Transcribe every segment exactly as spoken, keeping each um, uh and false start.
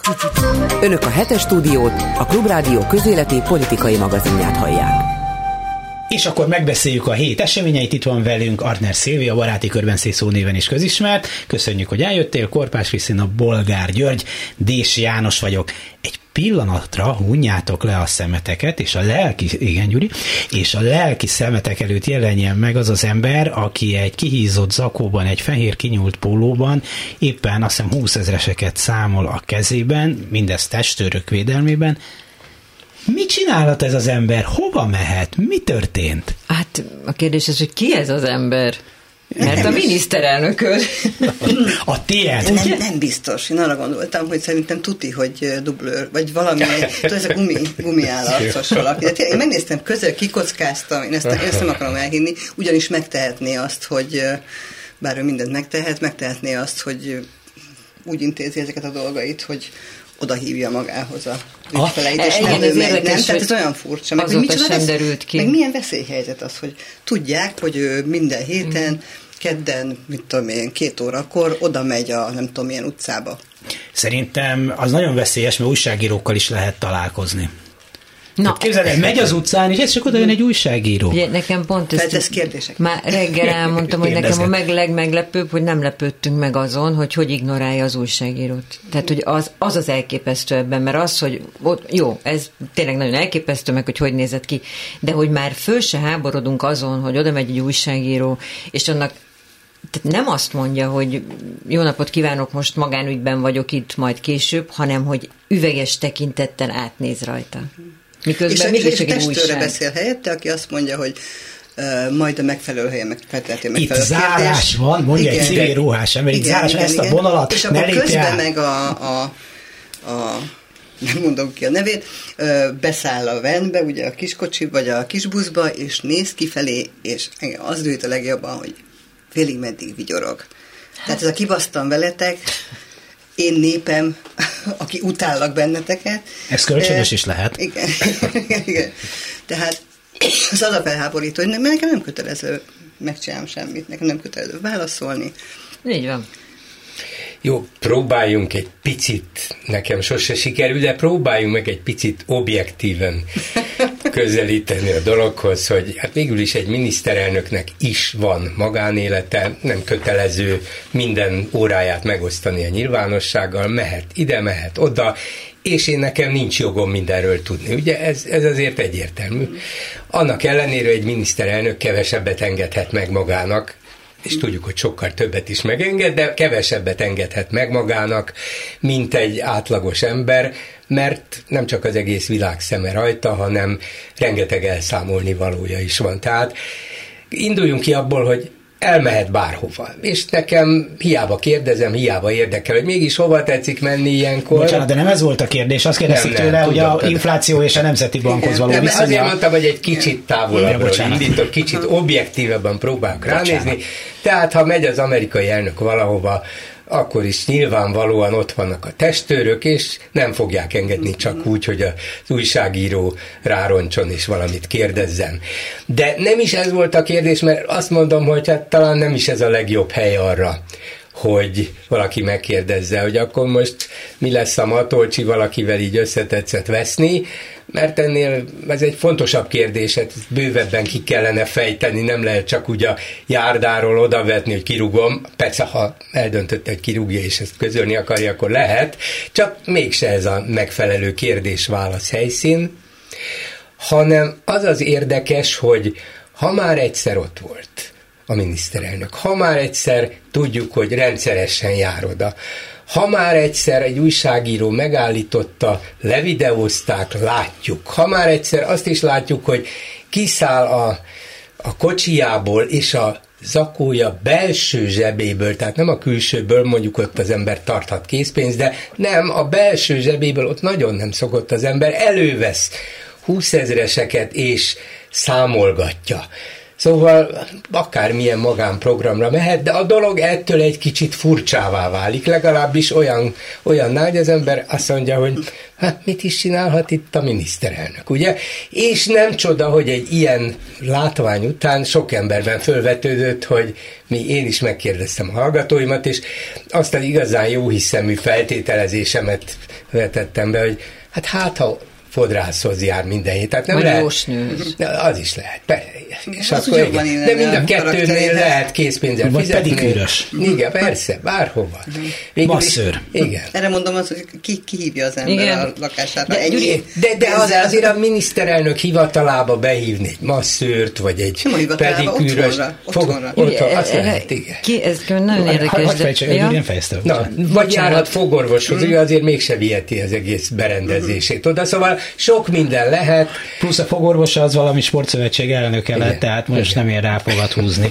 Önök a Hetes Stúdiót, a Klubrádió közéleti politikai magazinját hallják. És akkor megbeszéljük a hét eseményeit. Itt van velünk Artner Szilvia, baráti körben Szészó néven is közismert. Köszönjük, hogy eljöttél. Korpás Krisztina, Bolgár György, Dési János vagyok. Egy pillanatra hunjátok le a szemeteket, és a lelki, igen Gyuri, és a lelki szemetek előtt jelenjen meg az az ember, aki egy kihízott zakóban, egy fehér kinyúlt pólóban éppen azt hiszem húszezreseket számol a kezében, mindez testőrök védelmében. Mit csinálhat ez az ember? Hova mehet? Mi történt? Hát a kérdés az, hogy ki ez az ember? Mert a miniszterelnököd. A tiéd. Nem, nem biztos. Én arra gondoltam, hogy szerintem tuti, hogy dublőr, vagy valami, ez a gumi, gumiállarcos valaki. De tényleg, én megnéztem közel, kikockáztam, én ezt, én ezt nem akarom elhinni, ugyanis megtehetné azt, hogy bár ő mindent megtehet, megtehetné azt, hogy úgy intézi ezeket a dolgait, hogy oda hívja magához a ügyfeleit, és nem ő megy, nem? Tehát ez olyan furcsa. Meg, azóta sem vesz, derült ki. Meg milyen veszélyhelyzet az, hogy tudják, hogy ő minden héten, mm. kedden, mit tudom én, két órakor oda megy a nem tudom milyen utcába. Szerintem az nagyon veszélyes, mert újságírókkal is lehet találkozni. Na, képzeld, megy az utcán, és ez csak oda jön egy újságíró. Ugye, nekem pont ezt... Ez kérdések. Már reggel elmondtam, hogy nekem a meg, legmeglepőbb, hogy nem lepődtünk meg azon, hogy hogy ignorálja az újságírót. Tehát, hogy az az, az elképesztő ebben, mert az, hogy ott, jó, ez tényleg nagyon elképesztő, meg hogy hogy nézett ki, de hogy már föl se háborodunk azon, hogy oda megy egy újságíró, és annak tehát nem azt mondja, hogy jó napot kívánok, most magánügyben vagyok itt, majd később, hanem hogy üveges tekintettel átnéz rajta. Miközben és, és egy testőre beszél helyette, aki azt mondja, hogy uh, majd a megfelelő helyen megfelelő megfelelő itt zárás kérdés. Van, mondja igen, egy civil ruhás ember, itt zárás, igen, ezt igen. A vonalat és ne akkor közben el. meg a, a, a nem mondom ki a nevét, uh, beszáll a vanbe, ugye a kiskocsi vagy a kisbuszba, és néz kifelé, és engem az dőlt a legjobban, hogy félig meddig vigyorog. Tehát ez a kibasztam veletek, én népem, aki utállak benneteket. Ez kölcsönös is lehet. Igen, igen, igen. Tehát az az a felháborító, hogy nem, nekem nem kötelező megcsinálni semmit, nekem nem kötelező válaszolni. Így van. Jó, próbáljunk egy picit, nekem sose sikerül, de próbáljunk meg egy picit objektíven közelíteni a dologhoz, hogy hát végül is egy miniszterelnöknek is van magánélete, nem kötelező minden óráját megosztani a nyilvánossággal, mehet ide, mehet oda, és én nekem nincs jogom mindenről tudni. Ugye ez, ez azért egyértelmű. Annak ellenére egy miniszterelnök kevesebbet engedhet meg magának, és tudjuk, hogy sokkal többet is megenged, de kevesebbet engedhet meg magának, mint egy átlagos ember, mert nem csak az egész világ szeme rajta, hanem rengeteg elszámolni valója is van. Tehát induljunk ki abból, hogy elmehet bárhova. És nekem hiába kérdezem, hiába érdekel, hogy mégis hova tetszik menni ilyenkor. Bocsánat, de nem ez volt a kérdés. Azt kérdezték nem, tőle, nem, hogy az infláció és a nemzeti bankhoz való viszonya. Azért mondtam, hogy egy kicsit távolabbról indítok, kicsit objektívebben próbálok ránézni. Tehát, ha megy az amerikai elnök valahova, akkor is nyilvánvalóan ott vannak a testőrök, és nem fogják engedni csak úgy, hogy az újságíró rároncson és valamit kérdezzen. De nem is ez volt a kérdés, mert azt mondom, hogy hát talán nem is ez a legjobb hely arra, hogy valaki megkérdezze, hogy akkor most mi lesz a Matolcsi valakivel így összetetszett veszni, mert ennél ez egy fontosabb kérdés, bővebben ki kellene fejteni, nem lehet csak úgy a járdáról odavetni, hogy kirúgom, persze ha eldöntötte, hogy kirúgja és ezt közölni akarja, akkor lehet, csak mégse ez a megfelelő kérdés-válasz helyszín, hanem az az érdekes, hogy ha már egyszer ott volt a miniszterelnök, ha már egyszer tudjuk, hogy rendszeresen jár oda, ha már egyszer egy újságíró megállította, levideózták, látjuk. Ha már egyszer azt is látjuk, hogy kiszáll a, a kocsijából, és a zakója belső zsebéből, tehát nem a külsőből, mondjuk ott az ember tarthat készpénzt, de nem, a belső zsebéből ott nagyon nem szokott az ember, elővesz húszezreseket és számolgatja. Szóval akármilyen magánprogramra mehet, de a dolog ettől egy kicsit furcsává válik, legalábbis olyan, olyan hogy az ember azt mondja, hogy hát mit is csinálhat itt a miniszterelnök, ugye? És nem csoda, hogy egy ilyen látvány után sok emberben fölvetődött, hogy mi, én is megkérdeztem a hallgatóimat, és azt az igazán jóhiszemű feltételezésemet vetettem be, hogy hát hát, ha fodrászhoz jár minden hét. Tehát nem vagy lehet, jósnő. Az is lehet. Be, és az akkor igen. igen. De mind a kettőnél lehet készpénzzel vagy fizetni. Vagy pedikűrös. Igen, persze, bárhova. Masszőr. Igen. Erre mondom azt, hogy ki, ki hívja az ember igen. a lakására. De, Ennyi. de, de az, azért a miniszterelnök hivatalába behívni egy masszőrt, vagy egy pedikűrös. Otthonra. Otthonra. Otthon, azt lehet, igen. Ki, ez nagyon érdekes. Hadd fejtsek, hogy nem fejeztem. Na, vagy járhat fogorvoshoz, ő azért mégse viheti az egész berendezését oda, szóval sok minden lehet. Plusz a fogorvosa az valami sportszövetség elnöke lett, tehát most igen. nem ér rá fogad húzni.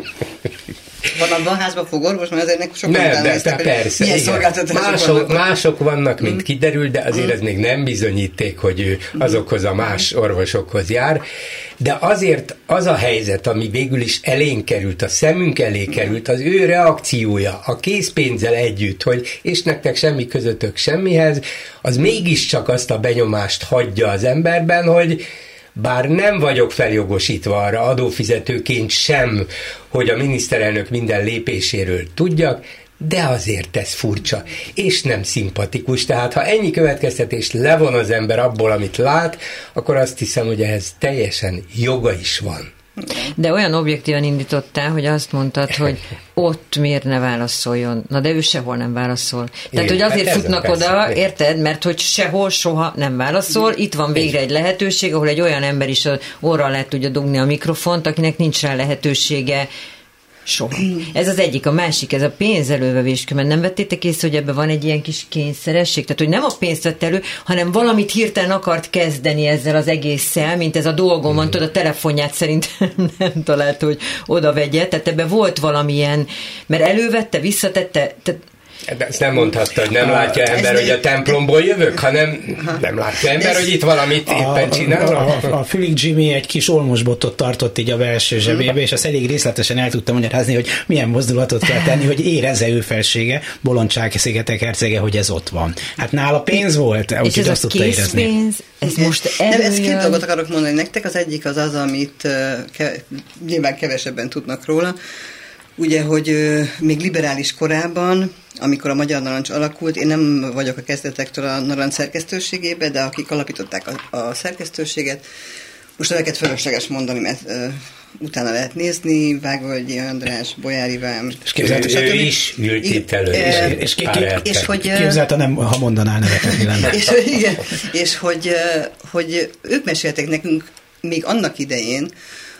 Van abban a házban fogorvos, mert azért sokan nem, de, de persze, milyen szolgáltatások mások, vannak. Mások vannak, mint kiderül, de azért ez még nem bizonyíték, hogy ő azokhoz a más orvosokhoz jár. De azért az a helyzet, ami végül is elénk került, a szemünk elé került, az ő reakciója a készpénzzel együtt, hogy és nektek semmi közöttök semmihez, az mégiscsak azt a benyomást hagyja az emberben, hogy bár nem vagyok feljogosítva arra adófizetőként sem, hogy a miniszterelnök minden lépéséről tudjak, de azért ez furcsa, és nem szimpatikus. Tehát ha ennyi következtetést levon az ember abból, amit lát, akkor azt hiszem, hogy ehhez teljesen joga is van. De olyan objektíven indítottál, hogy azt mondtad, hogy ott miért ne válaszoljon. Na de ő sehol nem válaszol. Tehát, igen, hogy azért hát futnak oda, persze, érted? Mert hogy sehol soha nem válaszol. Itt van végre egy lehetőség, ahol egy olyan ember is orra alá tudja dugni a mikrofont, akinek nincs rá lehetősége soha. Ez az egyik. A másik, ez a pénzelővevés. Mert nem vettétek észre, hogy ebben van egy ilyen kis kényszeresség? Tehát, hogy nem a pénzt vett elő, hanem valamit hirtelen akart kezdeni ezzel az egésszel, mint ez a dolgom van, tudod, a telefonját szerint nem talált, hogy oda vegye. Tehát ebben volt valamilyen, mert elővette, visszatette, tehát de ezt nem mondhatta, hogy nem látja ember, hogy a templomból jövök, hanem nem látja ember, hogy itt valamit éppen csinál. A, a, a Fülig Jimmy egy kis olmosbotot tartott így a belső zsebébe, és azt elég részletesen el tudta magyarázni, hogy milyen mozdulatot kell tenni, hogy érezze ő felsége, Bolondság-szigetek hercege, hogy ez ott van. Hát nála pénz volt, úgyhogy azt tudta érezni. Pénz, ez most előjön. Nem, ezt két dolgot akarok mondani nektek. Az egyik az az, amit uh, ke- nyilván kevesebben tudnak róla. Ugye, hogy uh, még liberális korában, amikor a Magyar Narancs alakult, én nem vagyok a kezdetektől a Narancs szerkesztőségében, de akik alapították a, a szerkesztőséget, most neveket fölösleges mondani, mert uh, utána lehet nézni, Vágvölgyi András, Bolyár Iván, és képzelt, ő is ült itt elő, és, és, és, és hogy képzelt, nem, ha mondanál neveket, mi lenne. és, igen, és hogy, hogy ők meséltek nekünk még annak idején,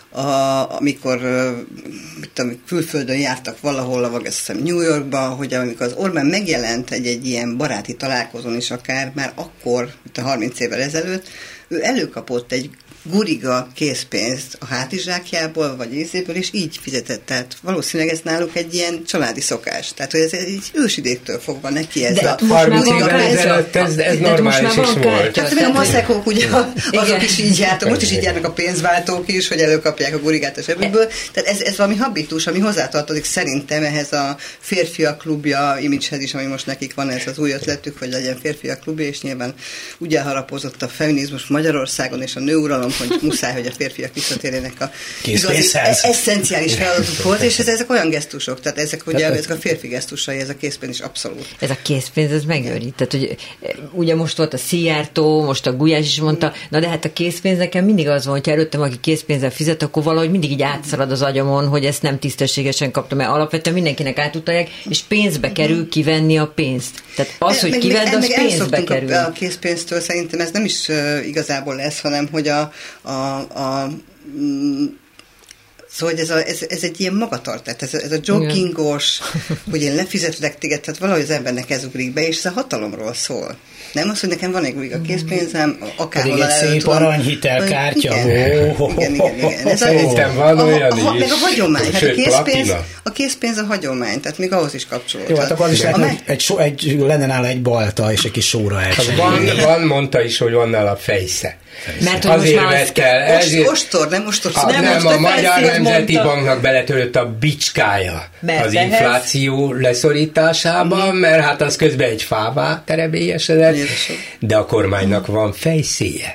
A, amikor mit tudom, külföldön jártak valahol, azt hiszem New Yorkban, hogy amikor az Orbán megjelent egy, egy ilyen baráti találkozón is akár, már akkor, mint a harminc évvel ezelőtt, ő előkapott egy guriga készpénzt a hátizsákjából, vagy észéből, és így fizetett. Tehát valószínűleg ez náluk egy ilyen családi szokás. Tehát, hogy ez egy ősidéktől fogva neki ez de a... harminc évvel ezelőtt ez, ez normális is volt. Hát még a maszekók ugye azok is így jártak, most is így járnak a pénzváltók is, hogy előkapják a gurigát a zsebükből. Tehát ez, ez valami habitus, ami hozzátartozik szerintem ehhez a férfiak klubja imidzshez is, ami most nekik van, ez az új ötletük, hogy legyen férfiak klubja, és nyilván úgy elharapozott a feminizmus Magyarországon és a nőuralom, hogy muszáj, hogy a férfiak visszatérjenek a igazi, eszenciális feladatokhoz, és ez, ezek olyan gesztusok, tehát ezek ugye ezek a férfi gesztusai, ez a készpénz is abszolút. Ez a készpénz, ez megőrít. Tehát, hogy ugye most volt a Szijjártó, most a Gulyás is mondta, na de hát a készpénz nekem mindig az van, hogyha előttem, aki készpénzzel fizet, akkor valahogy mindig így átszalad az agyamon, hogy ezt nem tisztességesen kaptam, mert alapvetően mindenkinek átutalják, és pénzbe kerül kivenni a pénzt. Tehát az, hogy kivedd, az pénzbe kerül. A készpénztől szerintem ez nem is uh, igazából lesz, hanem hogy a, a, a mm, szóval ez, a, ez, ez egy ilyen magatartás, ez, ez a joggingos, hogy én lefizetlek téged, tehát valahogy az embernek ez ugrik be, és ez a hatalomról szól. Nem az, hogy nekem van egy a készpénzem, akárhol egy szép aranyhitelkártya. Igen, oh, igen, igen, igen. Ez szerintem van olyan is. Meg a hagyomány. Hát a, készpénz, a készpénz a hagyomány, tehát még ahhoz is kapcsolódhat. Jó, hát akkor az is lehet, egy, egy, so, egy, lenne nála egy balta, és egy kis sóra hát van, van, mondta is, hogy van nála fejsze. Mert azért vett el. Ezért, ostor, nem ostor. A, nem, nem a Magyar Nemzeti mondta. Banknak beletörött a bicskája mert az ehhez? Infláció leszorításában, mert hát az közben egy fává terebélyesedett, de a kormánynak van fejszéje.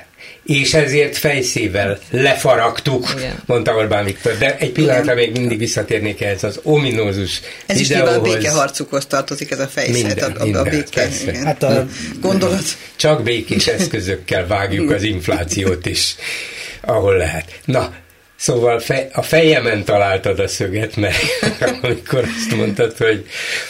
és ezért fejszével lefaragtuk, igen, mondta Orbán Viktor. De egy pillanatra igen, még mindig visszatérnék ehhez az ominózus ez videóhoz. Ez is nyilván a békeharcukhoz tartozik, ez a fejszét, a, a, a béke. Hát a gondolat. Csak békés eszközökkel vágjuk az inflációt is, ahol lehet. Na, szóval fej, a fejemen találtad a szöget, mert amikor azt mondtad, hogy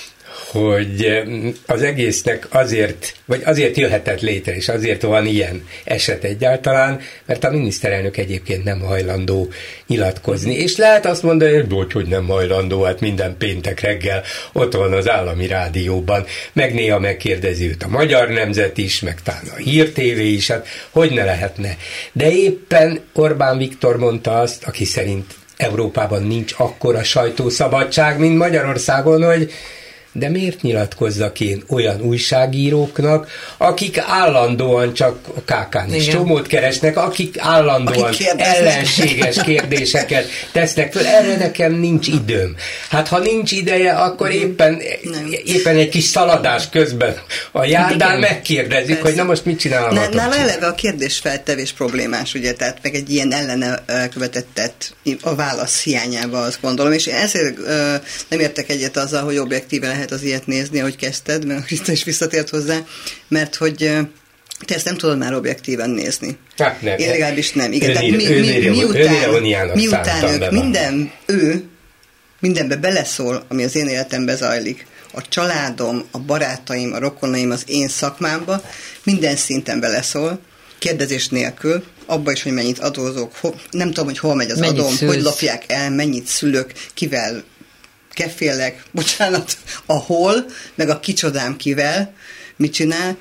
hogy az egésznek azért, vagy azért jöhetett létre, és azért van ilyen eset egyáltalán, mert a miniszterelnök egyébként nem hajlandó nyilatkozni. És lehet azt mondani, hogy hogy nem hajlandó, hát minden péntek reggel ott van az állami rádióban, meg néha megkérdezi őt a Magyar Nemzet is, meg talán a Hír té vé is, hát hogy ne lehetne. De éppen Orbán Viktor mondta azt, aki szerint Európában nincs akkora sajtószabadság, mint Magyarországon, hogy de miért nyilatkozzak én olyan újságíróknak, akik állandóan csak a ká kán is csomót keresnek, akik állandóan akik ellenséges kérdéseket tesznek föl. Erre nekem nincs időm. Hát ha nincs ideje, akkor éppen, éppen egy kis szaladás közben a járdán megkérdezik, persze, hogy na most mit csinálhatok. Nála eleve a kérdésfeltevés problémás, ugye, tehát meg egy ilyen ellene követett tett a válasz hiányába, azt gondolom, és ezért uh, nem értek egyet azzal, hogy objektíven lehet az ilyet nézni, ahogy kezdted, mert Krista is visszatért hozzá, mert hogy te ezt nem tudod már objektíven nézni. Hát nem. Én legalábbis nem. Igen, ön, tehát mi, ön, mi, ön, miután, miután ők minden, ő mindenbe beleszól, ami az én életemben zajlik, a családom, a barátaim, a rokonaim, az én szakmámba, minden szinten beleszól, kérdezés nélkül, abba is, hogy mennyit adózok, ho, nem tudom, hogy hol megy az mennyit adóm, szülsz, hogy lopják el, mennyit szülök, kivel kefélek, bocsánat, a hol, meg a kicsodám kivel, mit csinál.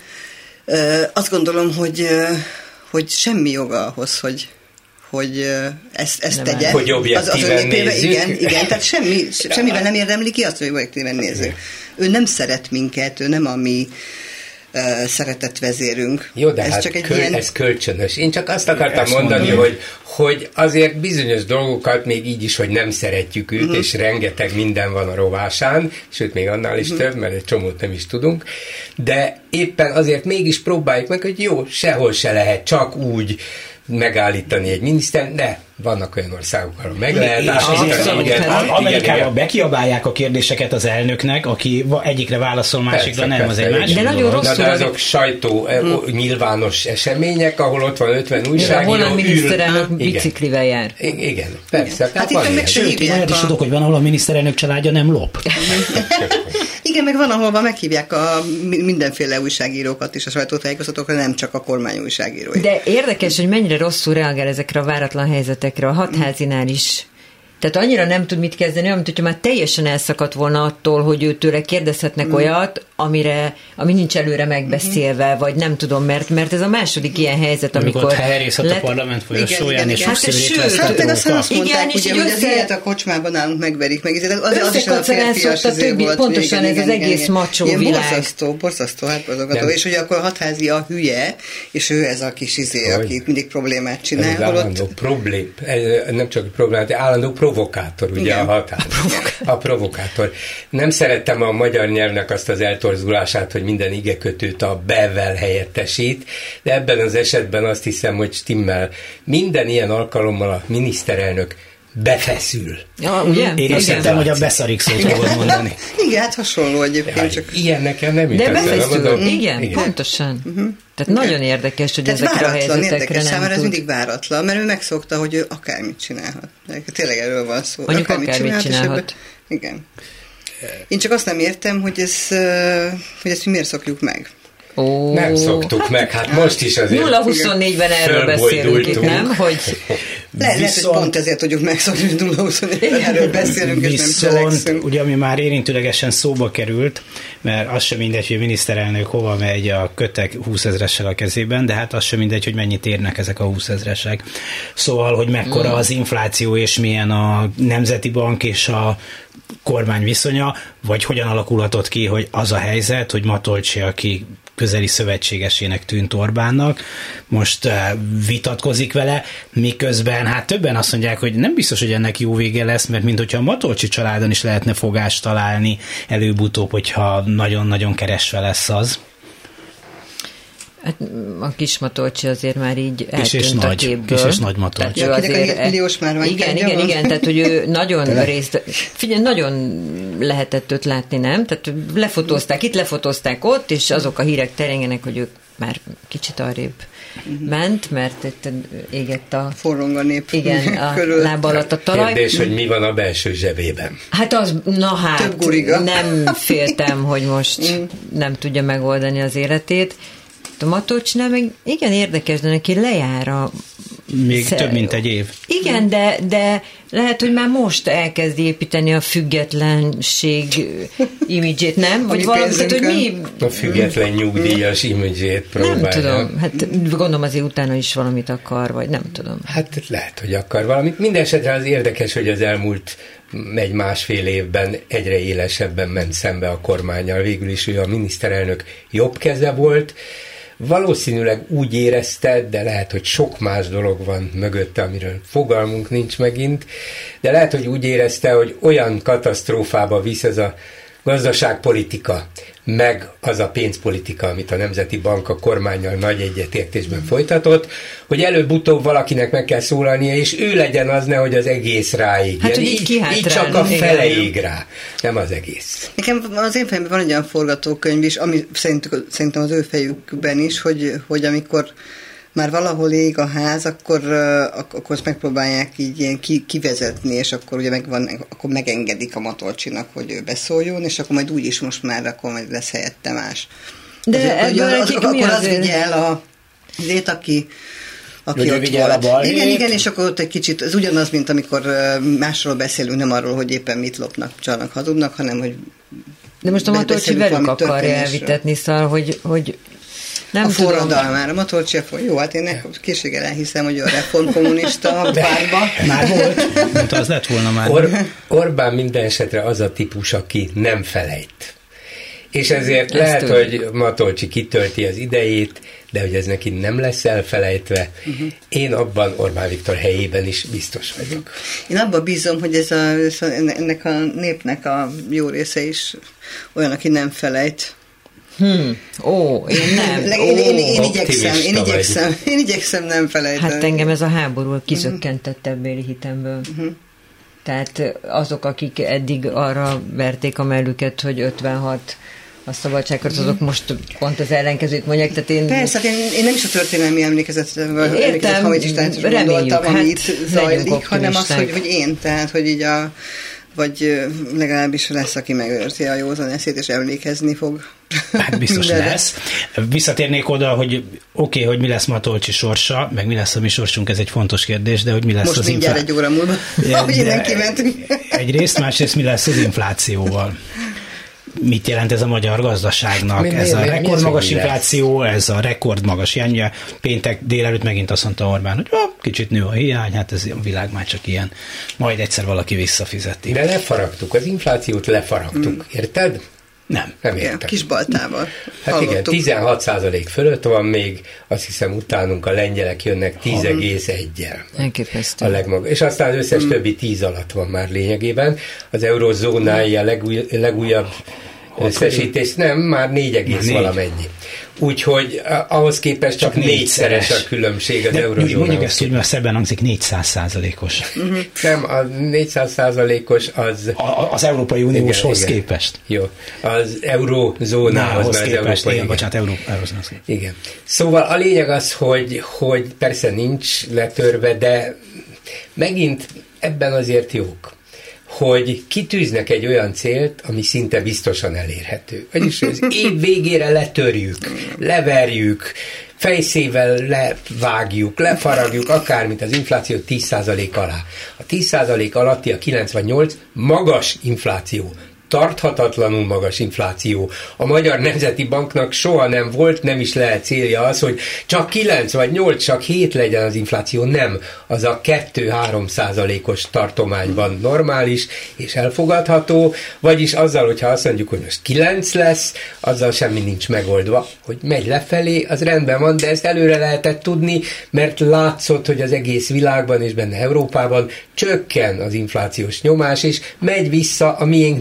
Ö, azt gondolom, hogy, hogy semmi joga ahhoz, hogy, hogy ezt, ezt tegye. Hogy objektíven az, az nézzük. Igen, igen, tehát semmi, semmivel nem érdemli ki azt, hogy objektíven nézzük. Ő nem szeret minket, ő nem a mi uh, szeretett vezérünk. Jó, de ez, ez csak egy köl, ilyen... ez kölcsönös. Én csak azt akartam ezt mondani, mondani, hogy hogy azért bizonyos dolgokat még így is, hogy nem szeretjük őt, uh-huh. és rengeteg minden van a rovásán, sőt, még annál is uh-huh. több, mert egy csomót nem is tudunk, de éppen azért mégis próbáljuk meg, hogy jó, sehol se lehet csak úgy megállítani egy miniszter, de vannak olyan országok, ahol meg lehet állítani. Amerikában bekiabálják a kérdéseket az elnöknek, aki egyikre válaszol, másikra nem, az egy másik. De nagyon rosszul. De azok sajtó hmm. nyilvános események, ahol ott van ötven újságíró. Hol a miniszterelnök biciklivel jár. Igen, persze. Hát itt meg sőt, én olyat is tudok, hogy van, ahol a miniszterelnök családja nem lop. Igen, meg van, ahol meghívják a mindenféle újságírókat és a sajtótájékoztatókra, nem csak a kormány újságírói. De érdekes, hogy mennyire rosszul reagál ezekre a váratlan helyzetekre, a hatházinál is. Tehát annyira nem tud mit kezdeni, amit hogyha már teljesen elszakadt volna attól, hogy őtőle kérdezhetnek mm. olyat, amire, ami nincs előre megbeszélve, mm-hmm. vagy nem tudom, mert, mert ez a második ilyen helyzet, amikor... Amikor helyrészet lett... a parlament folyosóján, és sokszor hát meg azt azt mondták, ugye, hogy az ilyet a kocsmában nálunk megverik meg. Az, az is a férfias a többi, volt. Pontosan ez az egész macsó világ. Borzasztó, borzasztó, hátborzongató. És ugye akkor a hatházi a hülye, és ő ez a kis izé, aki mindig problémát csinál. Ez állandó problém, nem csak problémát, de állandó provokátor, ugye igen. a határ. A provokátor. a provokátor. Nem szerettem a magyar nyelvnek azt az eltorzulását, hogy minden igekötőt a be-vel helyettesít, de ebben az esetben azt hiszem, hogy stimmel. Minden ilyen alkalommal a miniszterelnök befeszül. Ja, ugye? Én azt hittem, hogy a beszarik szót fogod mondani. Igen, hát hasonló egyébként. Ja, csak... Ilyen nekem nem jut De befeszül, igen, igen, pontosan. Uh-huh. Tehát igen. Nagyon érdekes, hogy tehát ezekre a helyzetekre érdekes, nem tud. ez mindig váratlan, mert ő megszokta, hogy ő akármit csinálhat. Tényleg erről van szó. Mondjuk akármit, akármit csinálhat. csinálhat. Igen. Én csak azt nem értem, hogy, ez, hogy ezt mi miért szokjuk meg. Ó, nem szoktuk hát, meg, hát most is azért nulla huszonnégyben erről beszélünk itt, nem? Hogy... Le, lehet, hogy pont ezért tudjuk megszokni, hogy nulla huszonnégyben erről beszélünk, és nem cselekszünk. Ugye, ami már érintőlegesen szóba került, mert az sem mindegy, hogy a miniszterelnök hova megy a kötek húszezressel a kezében, de hát az sem mindegy, hogy mennyit érnek ezek a húszezresek. Szóval, hogy mekkora mm. az infláció, és milyen a Nemzeti Bank és a kormány viszonya, vagy hogyan alakulhatott ki, hogy az a helyzet, hogy Matolcsi, aki közeli szövetségesének tűnt Orbánnak, most uh, vitatkozik vele, miközben hát többen azt mondják, hogy nem biztos, hogy ennek jó vége lesz, mert mint hogyha a Matolcsi családon is lehetne fogást találni előbb-utóbb, hogyha nagyon-nagyon keresve lesz az. Hát a kis Matolcsi azért már így kis eltűnt a nagy, képből. Kis és nagy Matolcsi. Ja, azért, milliós már van. Igen, igen, van. igen, tehát hogy ő nagyon részt, figyelj, nagyon lehetett őt látni, nem? Tehát lefotózták itt, lefotózták ott, és azok a hírek terengenek, hogy ők már kicsit arrébb uh-huh. ment, mert itt égett a... Forrong a nép. Igen, a láb alatt a talaj. Kérdés, hogy mi van a belső zsebében. Hát az, na hát, nem féltem, hogy most nem tudja megoldani az életét. A Matolcsnál meg igen érdekes, de neki lejár a... Még szer... több, mint egy év. Igen, de, de lehet, hogy már most elkezd építeni a függetlenség imidzsét, nem? Vagy valami, hogy mi... A független nyugdíjas imidzsét próbálja. Nem tudom, hát gondolom azért utána is valamit akar, vagy nem tudom. Hát lehet, hogy akar valamit. Mindenesetre az érdekes, hogy az elmúlt egy másfél évben egyre élesebben ment szembe a kormánnyal. Végül is ő a miniszterelnök jobb keze volt. Valószínűleg úgy érezte, de lehet, hogy sok más dolog van mögötte, amiről fogalmunk nincs megint, de lehet, hogy úgy érezte, hogy olyan katasztrófába visz ez a gazdaságpolitika, meg az a pénzpolitika, amit a Nemzeti Bank a kormánnyal nagy egyetértésben folytatott, hogy előbb-utóbb valakinek meg kell szólalnia, és ő legyen az, nehogy az egész ráig. Hát, hogy így, így, így csak a fele ég rá, nem az egész. Nekem az én fejemben van egy olyan forgatókönyv is, ami szerintem az ő fejükben is, hogy, hogy amikor már valahol ég a ház, akkor, akkor azt megpróbálják így ilyen kivezetni, és akkor ugye megvan, akkor megengedik a Matolcsinak, hogy ő beszóljon, és akkor majd úgyis most már akkor majd lesz helyette más. De az, ebből az, az, az, akkor az vigye el a azért, aki aki ott volt. Igen, igen, és akkor ott egy kicsit, ez ugyanaz, mint amikor másról beszélünk, nem arról, hogy éppen mit lopnak, csalnak, hazudnak, hanem, hogy de most a Matolcsi velük akarja elvitetni, szóval, hogy, hogy nem a forradalmára, a Matolcsi, jó, hát én készséggel elhiszem, hogy a reformkommunista pártba. Már volt, mint az lett volna már. Or- Orbán minden esetre az a típus, aki nem felejt. És ezért ezt lehet, tudom. Hogy Matolcsi kitölti az idejét, de hogy ez neki nem lesz elfelejtve, uh-huh. Én abban Orbán Viktor helyében is biztos vagyok. Én abban bízom, hogy ez a, ennek a népnek a jó része is olyan, aki nem felejt. Hmm. Ó, én nem. Ó, én, én, én, igyekszem, én, igyekszem, én igyekszem nem felejteni. Hát engem ez a háború kizökkentett ebbéli hitemből. Uh-huh. Tehát azok, akik eddig arra verték a mellüket, hogy ötvenhat a szabadságharc, azok most pont az ellenkezőt mondják. Tehát én... Persze, hát én, én nem is a történelmi emlékezet hamitistányt gondoltam, hát, ami itt zajlik, hanem az, hogy, hogy én, tehát, hogy így a vagy legalábbis lesz, aki megőrzi a józan eszét, és emlékezni fog. Hát biztos lesz. Visszatérnék oda, hogy oké, okay, hogy mi lesz Matolcsi sorsa, meg mi lesz a mi sorsunk, ez egy fontos kérdés, de hogy mi lesz most az infláció. Most mindjárt egy óra múlva, ahogy innen kimentünk. Egyrészt, másrészt mi lesz az inflációval? Mit jelent ez a magyar gazdaságnak? Mi, ez mi, a rekordmagas infláció, ez a rekordmagas hiány. Péntek délelőtt megint azt mondta Orbán, hogy oh, kicsit nő a hiány, hát ez a világ már csak ilyen. Majd egyszer valaki visszafizeti. De lefaragtuk, az inflációt lefaragtuk, mm. érted? Nem. Nem értem. Kis baltával. Hát hallottuk. Igen, tizenhat százalék fölött van még, azt hiszem utánunk a lengyelek jönnek tíz egész egyel. Elképesztő. A legmagas. És aztán az összes mm. többi tíz alatt van már lényegében. Az eurozónája a legúj, legújabb összesítés, nem, már négy egész valamennyi. Úgyhogy ahhoz képest csak, csak négyszeres a különbség az eurozónához. Mondjuk ezt, hogy már szebben hangzik négyszáz százalékos. Uh-huh. Nem, a négyszáz százalékos az... A, az Európai Unióshoz képest. Jó, az eurozónához, mert az képest, Európai... Igen, bocsánat, euró, eurozónához képest. Igen. Szóval a lényeg az, hogy, hogy persze nincs letörve, de megint ebben azért jók, hogy kitűznek egy olyan célt, ami szinte biztosan elérhető. Vagyis az év végére letörjük, leverjük, fejszével levágjuk, lefaragjuk, akármint az infláció tíz százalék alá. A tíz százalék alatti a kilencvennyolc magas infláció. Tarthatatlanul magas infláció. A Magyar Nemzeti Banknak soha nem volt, nem is lehet célja az, hogy csak kilenc vagy nyolc, csak hét legyen az infláció. Nem. Az a kettő-három százalékos tartományban normális és elfogadható, vagyis azzal, hogyha azt mondjuk, hogy most kilenc lesz, azzal semmi nincs megoldva. Hogy megy lefelé, az rendben van, de ezt előre lehetett tudni, mert látszott, hogy az egész világban és benne Európában csökken az inflációs nyomás, és megy vissza a miénknél el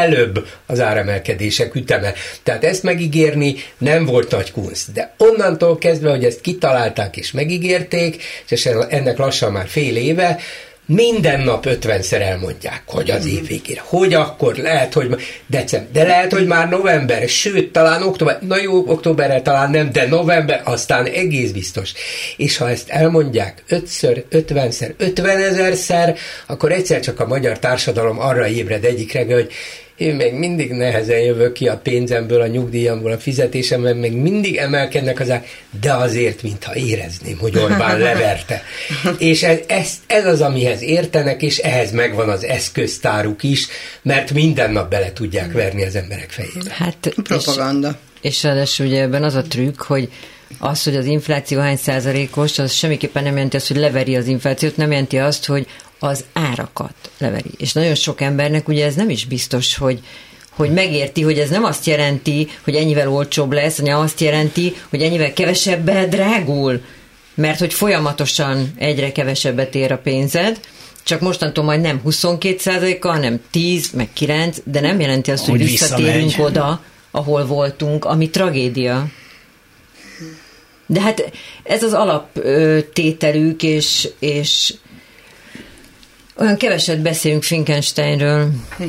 előbb az áremelkedések üteme. Tehát ezt megígérni nem volt nagy kunst. De onnantól kezdve, hogy ezt kitalálták és megígérték, és ennek lassan már fél éve, minden nap ötvenszer elmondják, hogy az év végére, hogy akkor lehet, hogy december, de lehet, hogy már november, sőt, talán október, na jó, októberrel talán nem, de november, aztán egész biztos. És ha ezt elmondják ötször, ötvenszer, ötvenezerszer, akkor egyszer csak a magyar társadalom arra ébred egyik reggel, hogy én még mindig nehezen jövök ki a pénzemből, a nyugdíjamból, a fizetésemből, még mindig emelkednek az ár, de azért, mintha érezném, hogy Orbán leverte. És ez, ez, ez az, amihez értenek, és ehhez megvan az eszköztáruk is, mert minden nap bele tudják verni az emberek fejébe. Hát, propaganda. És, és ráadásul ugye ebben az a trükk, hogy az, hogy az infláció hány százalékos, az semmiképpen nem jelenti azt, hogy leveri az inflációt, nem jelenti azt, hogy az árakat leveri. És nagyon sok embernek ugye ez nem is biztos, hogy, hogy megérti, hogy ez nem azt jelenti, hogy ennyivel olcsóbb lesz, hanem azt jelenti, hogy ennyivel kevesebben drágul, mert hogy folyamatosan egyre kevesebbet ér a pénzed, csak mostantól majd nem huszonkét százaléka, hanem tíz, meg kilenc, de nem jelenti azt, hogy, hogy visszatérünk oda, ahol voltunk, ami tragédia. De hát ez az alaptételük, és, és olyan keveset beszélünk Finkensteinről,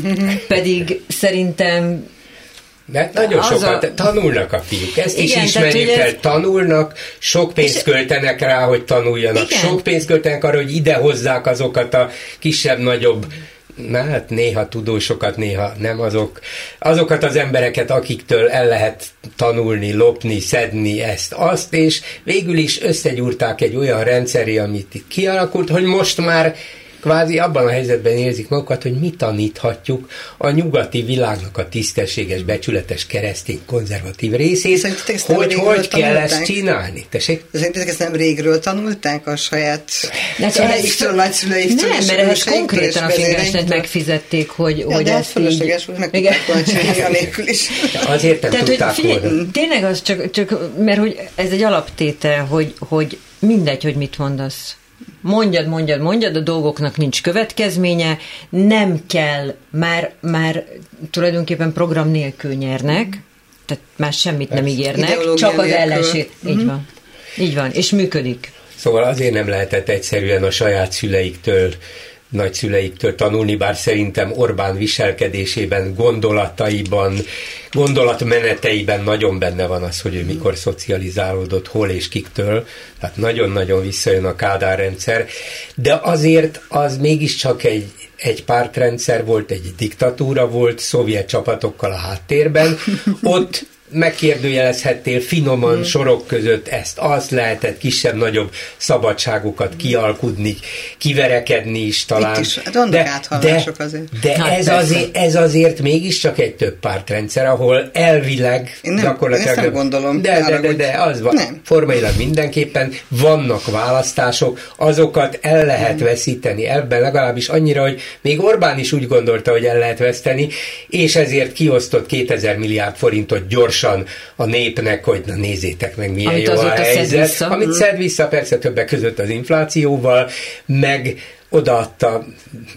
pedig szerintem mert nagyon sokat a... tanulnak a fiúk, ezt igen, is ismerjük el, ez... tanulnak, sok pénzt költenek rá, hogy tanuljanak, igen. Sok pénzt költenek arra, hogy idehozzák azokat a kisebb-nagyobb, na hát néha tudósokat, néha nem azok, azokat az embereket, akiktől el lehet tanulni, lopni, szedni ezt, azt, és végül is összegyúrták egy olyan rendszeri, amit itt kialakult, hogy most már kvázi abban a helyzetben érzik magukat, hogy mi taníthatjuk a nyugati világnak a tisztességes, becsületes, keresztény, konzervatív részét, hogy hogy kell ezt csinálni. Tessék? Szerintetek ezt nem régről tanulták a saját szüleiktől, nagyszüleiktől? Nem, mert ehhez konkrétan a Finkensteint megfizették, hogy, ja, hogy de ezt fölösleges, hogy meg tudták volna csinálni anélkül is. Azért nem tehát, tudták volna. Tényleg az csak, csak, mert hogy ez egy alaptétel, hogy, hogy mindegy, hogy mit mondasz. Mondjad, mondjad, mondjad, a dolgoknak nincs következménye, nem kell, már, már tulajdonképpen program nélkül nyernek, tehát már semmit nem ígérnek, csak az ellenség. Így van. Így van, és működik. Szóval azért nem lehetett egyszerűen a saját szüleiktől, nagyszüleiktől tanulni, bár szerintem Orbán viselkedésében, gondolataiban, gondolatmeneteiben nagyon benne van az, hogy ő mikor szocializálódott, hol és kiktől, tehát nagyon-nagyon visszajön a Kádár rendszer, de azért az mégiscsak egy, egy pártrendszer volt, egy diktatúra volt, szovjet csapatokkal a háttérben, ott megkérdőjelezhettél finoman hmm. sorok között ezt, azt lehetett kisebb-nagyobb szabadságokat kialkudni, kiverekedni is talán. Itt is, hát de, áthallások azért. De hát ez, azért, ez azért mégiscsak egy több pártrendszer, ahol elvileg én nem, gyakorlatilag... Én ezt nem gondolom. De, de, de, de az van. Nem. Formailag mindenképpen vannak választások, azokat el lehet hmm. veszíteni. Ebben legalábbis annyira, hogy még Orbán is úgy gondolta, hogy el lehet veszteni, és ezért kiosztott kétezer milliárd forintot gyorsan a népnek, hogy na nézzétek meg, milyen amit jó a helyzet. Szed amit szed vissza, persze többek között az inflációval, meg odaadta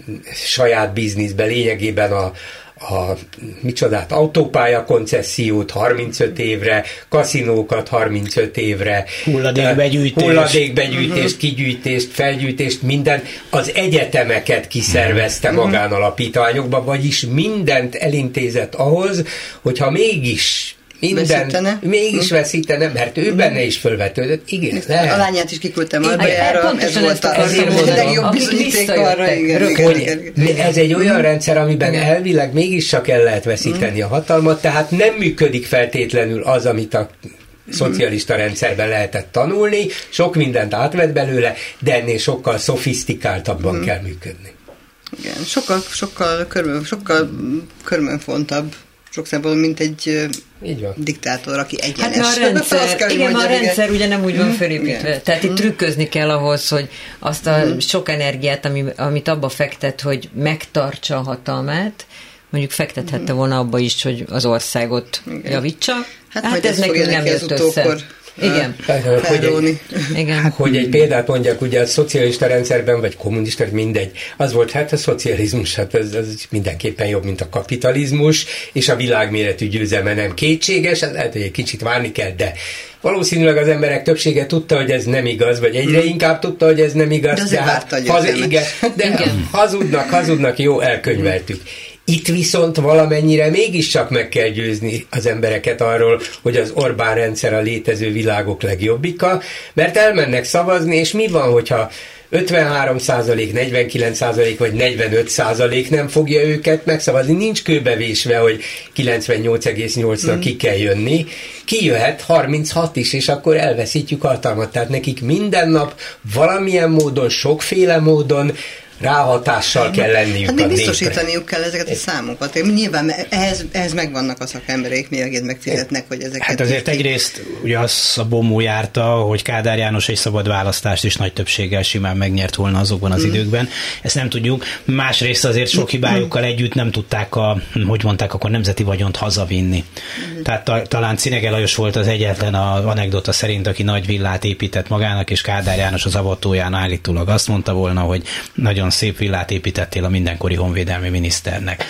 saját bizniszbe lényegében a a micsodát, autópálya koncessziót harmincöt évre, kaszinókat harmincöt évre, hulladékbegyűjtést, hulladékbegyűjtést, uh-huh. kigyűjtést, felgyűjtést, minden, az egyetemeket kiszervezte uh-huh. magánalapítványokba, vagyis mindent elintézett ahhoz, hogyha mégis minden, veszítene. mégis hmm. veszítene, mert ő benne is fölvetődött. Igen, lehet. A lányát is kiküldtem Albajára, ez volt a legjobb bizonyíték arra. Igen, igen, igen, igen. Ez egy olyan hmm. rendszer, amiben igen. elvileg mégis csak el lehet veszíteni hmm. a hatalmat, tehát nem működik feltétlenül az, amit a szocialista rendszerben lehetett tanulni, sok mindent átvett belőle, de ennél sokkal szofisztikáltabban hmm. kell működni. Igen, sokkal, sokkal, körül, sokkal körmönfontabb sok szempontból, mint egy így van. Diktátor, aki egyenes. Hát a rendszer, igen, a rendszer igen. ugye nem úgy van felépítve. Igen. Tehát itt trükközni kell ahhoz, hogy azt a mm. sok energiát, ami, amit abba fektet, hogy megtartsa a hatalmát, mondjuk fektethette volna abba is, hogy az országot igen. javítsa. Hát, hát ez nekünk nem jött össze. Utókor Igen. Hogy, Igen. hogy egy példát mondjak, ugye a szocialista rendszerben, vagy kommunista, mindegy, az volt hát a szocializmus, hát ez, ez mindenképpen jobb, mint a kapitalizmus, és a világméretű győzelme nem kétséges, lehet, hogy egy kicsit várni kell, de valószínűleg az emberek többsége tudta, hogy ez nem igaz, vagy egyre inkább tudta, hogy ez nem igaz. De azért várta a győzelmet. Igen, de igen. hazudnak, hazudnak, jó, elkönyveltük. Itt viszont valamennyire mégiscsak meg kell győzni az embereket arról, hogy az Orbán rendszer a létező világok legjobbika, mert elmennek szavazni, és mi van, hogyha ötvenhárom százalék, negyvenkilenc százalék vagy negyvenöt százalék nem fogja őket megszavazni. Nincs kőbevésve, hogy kilencvennyolc egész nyolcnak mm. ki kell jönni. Kijöhet harminchat is, és akkor elveszítjük hatalmat. Tehát nekik minden nap valamilyen módon, sokféle módon ráhatással kell lenniük hát a népre. Biztosítaniuk kell ezeket a számokat. Nyilván ehhez, ehhez megvannak a szakembereik, még megfizetnek, hogy ezeket... Hát azért egyrészt ugye az a bomó járta, hogy Kádár János egy szabad választást is nagy többséggel simán megnyert volna azokban az mm. időkben. Ezt nem tudjuk. Másrészt azért sok hibájukkal együtt nem tudták a, hogy mondták, akkor nemzeti vagyont hazavinni. Mm. Tehát ta, talán Cinege Lajos volt az egyetlen az anekdota szerint, aki nagy villát épített magának, és Kádár János az avatóján állítólag azt mondta volna, hogy nagyon szép villát építettél a mindenkori honvédelmi miniszternek.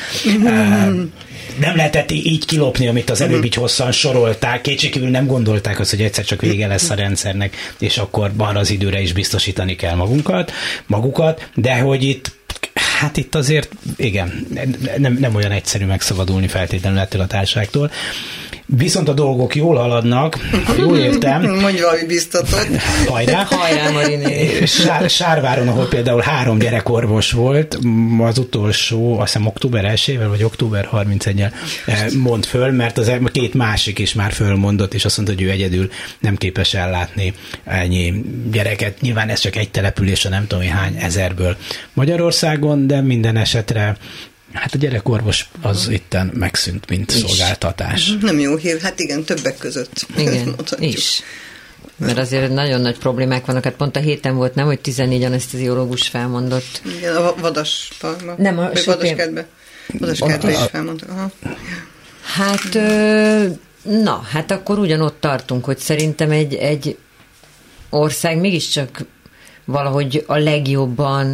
Nem lehetett így kilopni, amit az előbb így hosszan sorolták. Kétségkívül nem gondolták azt, hogy egyszer csak vége lesz a rendszernek, és akkor arra az időre is biztosítani kell magunkat, magukat, de hogy itt hát itt azért, igen, nem, nem olyan egyszerű megszabadulni feltétlenül ettől a társaságtól. Viszont a dolgok jól haladnak, ha jól értem. Mondj valami biztatott. Hajrá. Hajrá, Mariné. Sár, Sárváron, ahol például három gyerekorvos volt, az utolsó, azt hiszem október elsejével, vagy október harmincegyedikével mond föl, mert az két másik is már fölmondott, és azt mondta, hogy ő egyedül nem képes ellátni ennyi gyereket. Nyilván ez csak egy település, a nem tudom hány ezerből Magyarországon, de minden esetre hát a gyerekorvos az itten megszűnt, mint is. Szolgáltatás. Nem jó hír, hát igen, többek között. Igen, is. Mert azért nagyon nagy problémák vannak. Hát pont a héten volt, nem, hogy tizennégy aneszteziológus felmondott. Igen, a Vadas Parkban. Nem, a Vadaskertbe. Vadaskertbe is felmondott. Aha. Hát, na, hát akkor ugyanott tartunk, hogy szerintem egy, egy ország mégiscsak valahogy a legjobban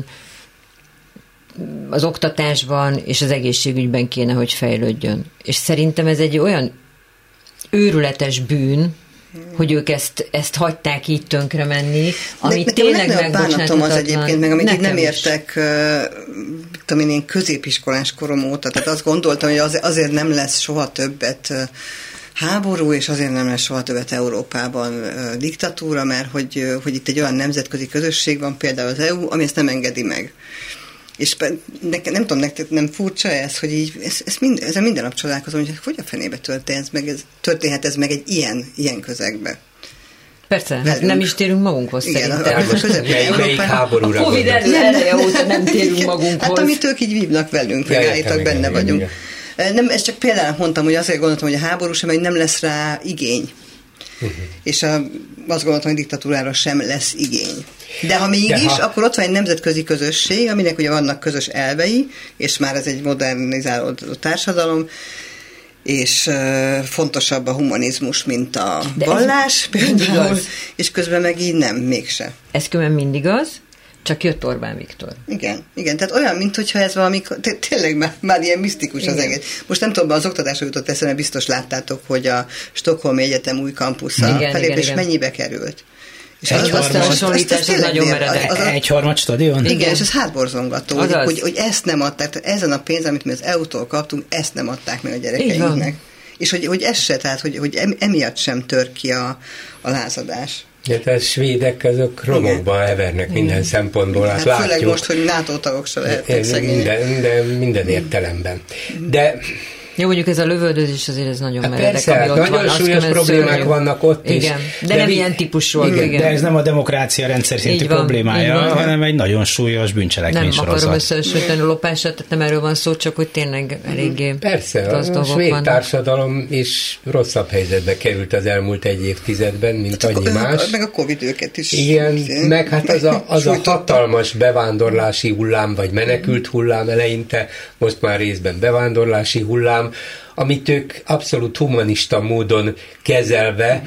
az oktatásban és az egészségügyben kéne, hogy fejlődjön. És szerintem ez egy olyan őrületes bűn, hogy ők ezt, ezt hagyták így tönkre menni, ami ne, tényleg megbocsátatlan. Az egyébként, meg amit nem értek, uh, tudom én, középiskolás korom óta, tehát azt gondoltam, hogy az, azért nem lesz soha többet uh, háború, és azért nem lesz soha többet Európában uh, diktatúra, mert hogy, uh, hogy itt egy olyan nemzetközi közösség van, például az é u, ami ezt nem engedi meg. És nekem, nem tudom, nektek nem furcsa ez, hogy így, ez, ez mind, ezzel minden nap csodálkozom, hogy hogy a fenébe történhet, meg ez, történhet ez meg egy ilyen, ilyen közegbe. Persze, hát nem is térünk magunkhoz. Igen, szerintem. A, a, közepén melyik háborúra a Covid eleje óta nem térünk magunkhoz. Hát amit ők így vívnak velünk, hogy állítak, benne igen, vagyunk. Igen. Nem, ezt csak például mondtam, hogy azért gondoltam, hogy a háború sem, hogy nem lesz rá igény. Uh-huh. És a, azt gondoltam, hogy diktatúrára sem lesz igény. De ha mégis, De ha... akkor ott van egy nemzetközi közösség, aminek ugye vannak közös elvei, és már ez egy modernizálódó társadalom, és uh, fontosabb a humanizmus, mint a De vallás például, és közben meg így nem, mégse. Ez különben mindig az, csak jött Orbán Viktor. Igen, igen, tehát olyan, mintha ez valami, tényleg már, már ilyen misztikus igen. Az egész. Most nem tudom, az oktatásra jutott eszembe, biztos láttátok, hogy a Stockholmi Egyetem új kampusza felépés mennyibe került. És egy hasonlítás, ez nagyon meredek. Egy harmad stadion? Igen, igen, és ez hátborzongató, hogy, hogy, hogy ezt nem adták, tehát ezen a pénz, amit mi az é u-tól kaptunk, ezt nem adták meg a gyerekeinknek. És hogy, hogy ez se, tehát hogy, hogy emiatt sem tör ki a, a lázadás. De tehát svédek azok romokban evernek minden szempontból, azt hát főleg látjuk. Most, hogy NATO tagok se lehetnek szegények. Minden, minden, minden értelemben. De jó, mondjuk ez a lövöldözés azért ez nagyon hát meredek, persze, ami ott nagyon van. súlyos problémák szörnyű. Vannak ott is. Igen, de, de nem vi- ilyen típusú. Igen, igen. De ez nem a demokrácia rendszer szintű problémája, hanem egy nagyon súlyos bűncselekmény sorozat. Nem akarom összehasonlítani a lopását, tehát nem erről van szó, csak hogy tényleg eléggé persze, a svéd van. Társadalom is rosszabb helyzetbe került az elmúlt egy évtizedben, mint hát annyi más. Meg a Covid őket is. Igen, meg hát az a, az a hatalmas bevándorlási hullám, vagy menekült hullám eleinte, most már részben bevándorlási hullám, amit ők abszolút humanista módon kezelve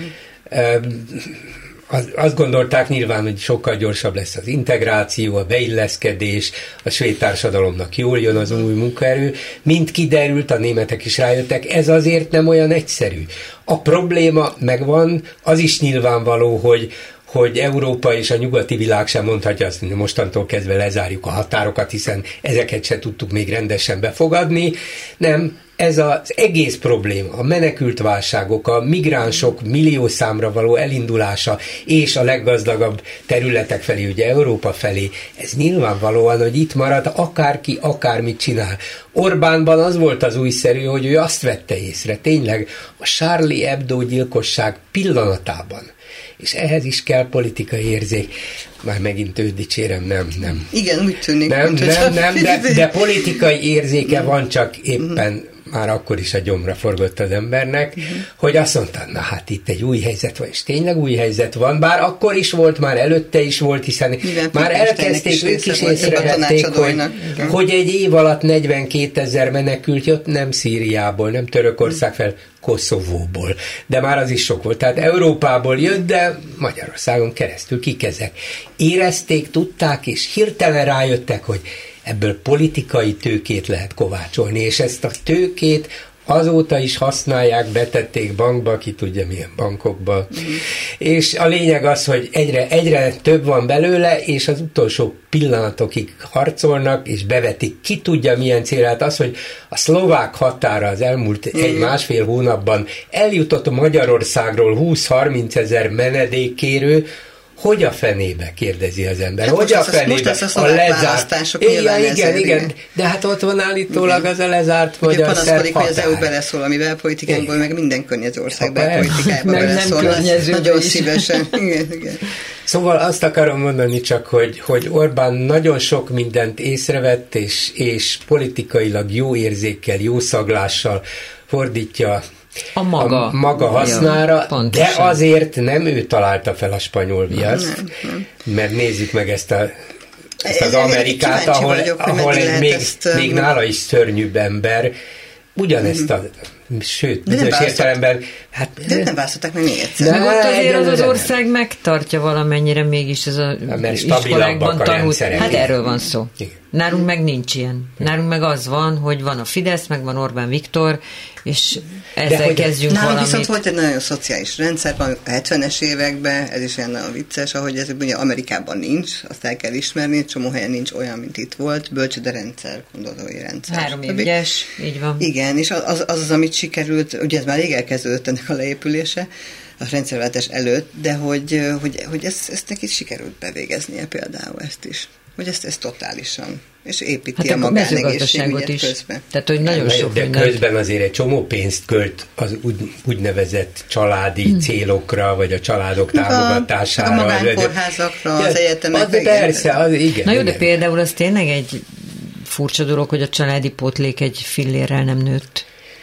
Azt gondolták nyilván, hogy sokkal gyorsabb lesz az integráció, a beilleszkedés, a svéd társadalomnak jól jön az új munkaerő. Mint kiderült, a németek is rájöttek, ez azért nem olyan egyszerű. A probléma megvan, az is nyilvánvaló, hogy hogy Európa és a nyugati világ sem mondhatja azt, hogy mostantól kezdve lezárjuk a határokat, hiszen ezeket se tudtuk még rendesen befogadni. Nem, ez az egész probléma, a menekült válságok, a migránsok millió számra való elindulása és a leggazdagabb területek felé, ugye Európa felé, ez nyilvánvalóan, hogy itt marad akárki, akármit csinál. Orbánban az volt az újszerű, hogy ő azt vette észre, tényleg a Charlie Hebdo gyilkosság pillanatában, és ehhez is kell politikai érzék. Már megint őt dicsérem, nem, nem. Igen, úgy tűnik. Nem, nem, nem, de, de politikai érzéke van, csak éppen már akkor is a gyomra forgott az embernek, uh-huh. hogy azt mondta, na hát itt egy új helyzet van, és tényleg új helyzet van, bár akkor is volt, már előtte is volt, hiszen igen, már elkezdték, ők is észrevették, hogy, hogy egy év alatt negyvenkétezer menekült jött, nem Szíriából, nem Törökország fel, Koszovóból, de már az is sok volt. Tehát Európából jött, de Magyarországon keresztül kik ezek. Érezték, tudták, és hirtelen rájöttek, hogy ebből politikai tőkét lehet kovácsolni, és ezt a tőkét azóta is használják, betették bankba, ki tudja milyen bankokba. Mm. És a lényeg az, hogy egyre, egyre több van belőle, és az utolsó pillanatokig harcolnak, és bevetik, ki tudja milyen célát. Az, hogy a szlovák határa az elmúlt mm. egy-másfél hónapban eljutott Magyarországról húsz-harminc ezer menedékkérő, hogy a fenébe, kérdezi az ember. Hát hogy a fenébe? Most a, a lezárt. Igen, igen, igen. De hát ott van állítólag az a lezárt magyar szerb határ. Hogy az é u beleszól a mi belpolitikánkból, meg minden környező ország belpolitikájába beleszól. Nagyon szívesen. Igen, igen. Szóval azt akarom mondani csak, hogy, hogy Orbán nagyon sok mindent észrevett, és, és politikailag jó érzékkel, jó szaglással fordítja A maga, a maga hasznára, ja, de azért nem ő találta fel a spanyol viaszt, nem, nem. Mert nézzük meg ezt, a, ezt az Amerikát, ahol, vagyok, ahol egy még, ezt, még nála is szörnyűbb ember ugyanezt a, sőt, bizonyos értelemben hát, de nem választották meg még egyszer. De ott azért az az ország megtartja valamennyire mégis ez a iskolákban tanult. Hát erről van szó. Igen. Nálunk meg nincs ilyen. Nálunk meg az van, hogy van a Fidesz, meg van Orbán Viktor, és ezzel kezdjünk nálunk valamit. Viszont volt egy nagyon szociális rendszer, a hetvenes években, ez is olyan nagyon vicces, ahogy ez ugye Amerikában nincs, azt el kell ismerni, csomó helyen nincs olyan, mint itt volt, bölcsőde rendszer, gondolói rendszer. Három évgyes, így van. Igen, és az, az, az, amit sikerült, ugye ez már rég elkezdődött ennek a leépülése, a rendszerváltás előtt, de hogy, hogy, hogy ezt, ezt neki sikerült bevégeznie például ezt is. Hogy ezt, ezt totálisan, és építi hát a magánegészségügyet is közben. Tehát, hogy nagyon de, sok de mindent. Közben azért egy csomó pénzt költ az úgy, úgynevezett családi hmm. célokra, vagy a családok támogatására. A magánkórházakra, az egyetemekre. Az, persze, az igen. Na jó, igen. De például az tényleg egy furcsa dolog, hogy a családi pótlék egy fillérrel nem nőtt.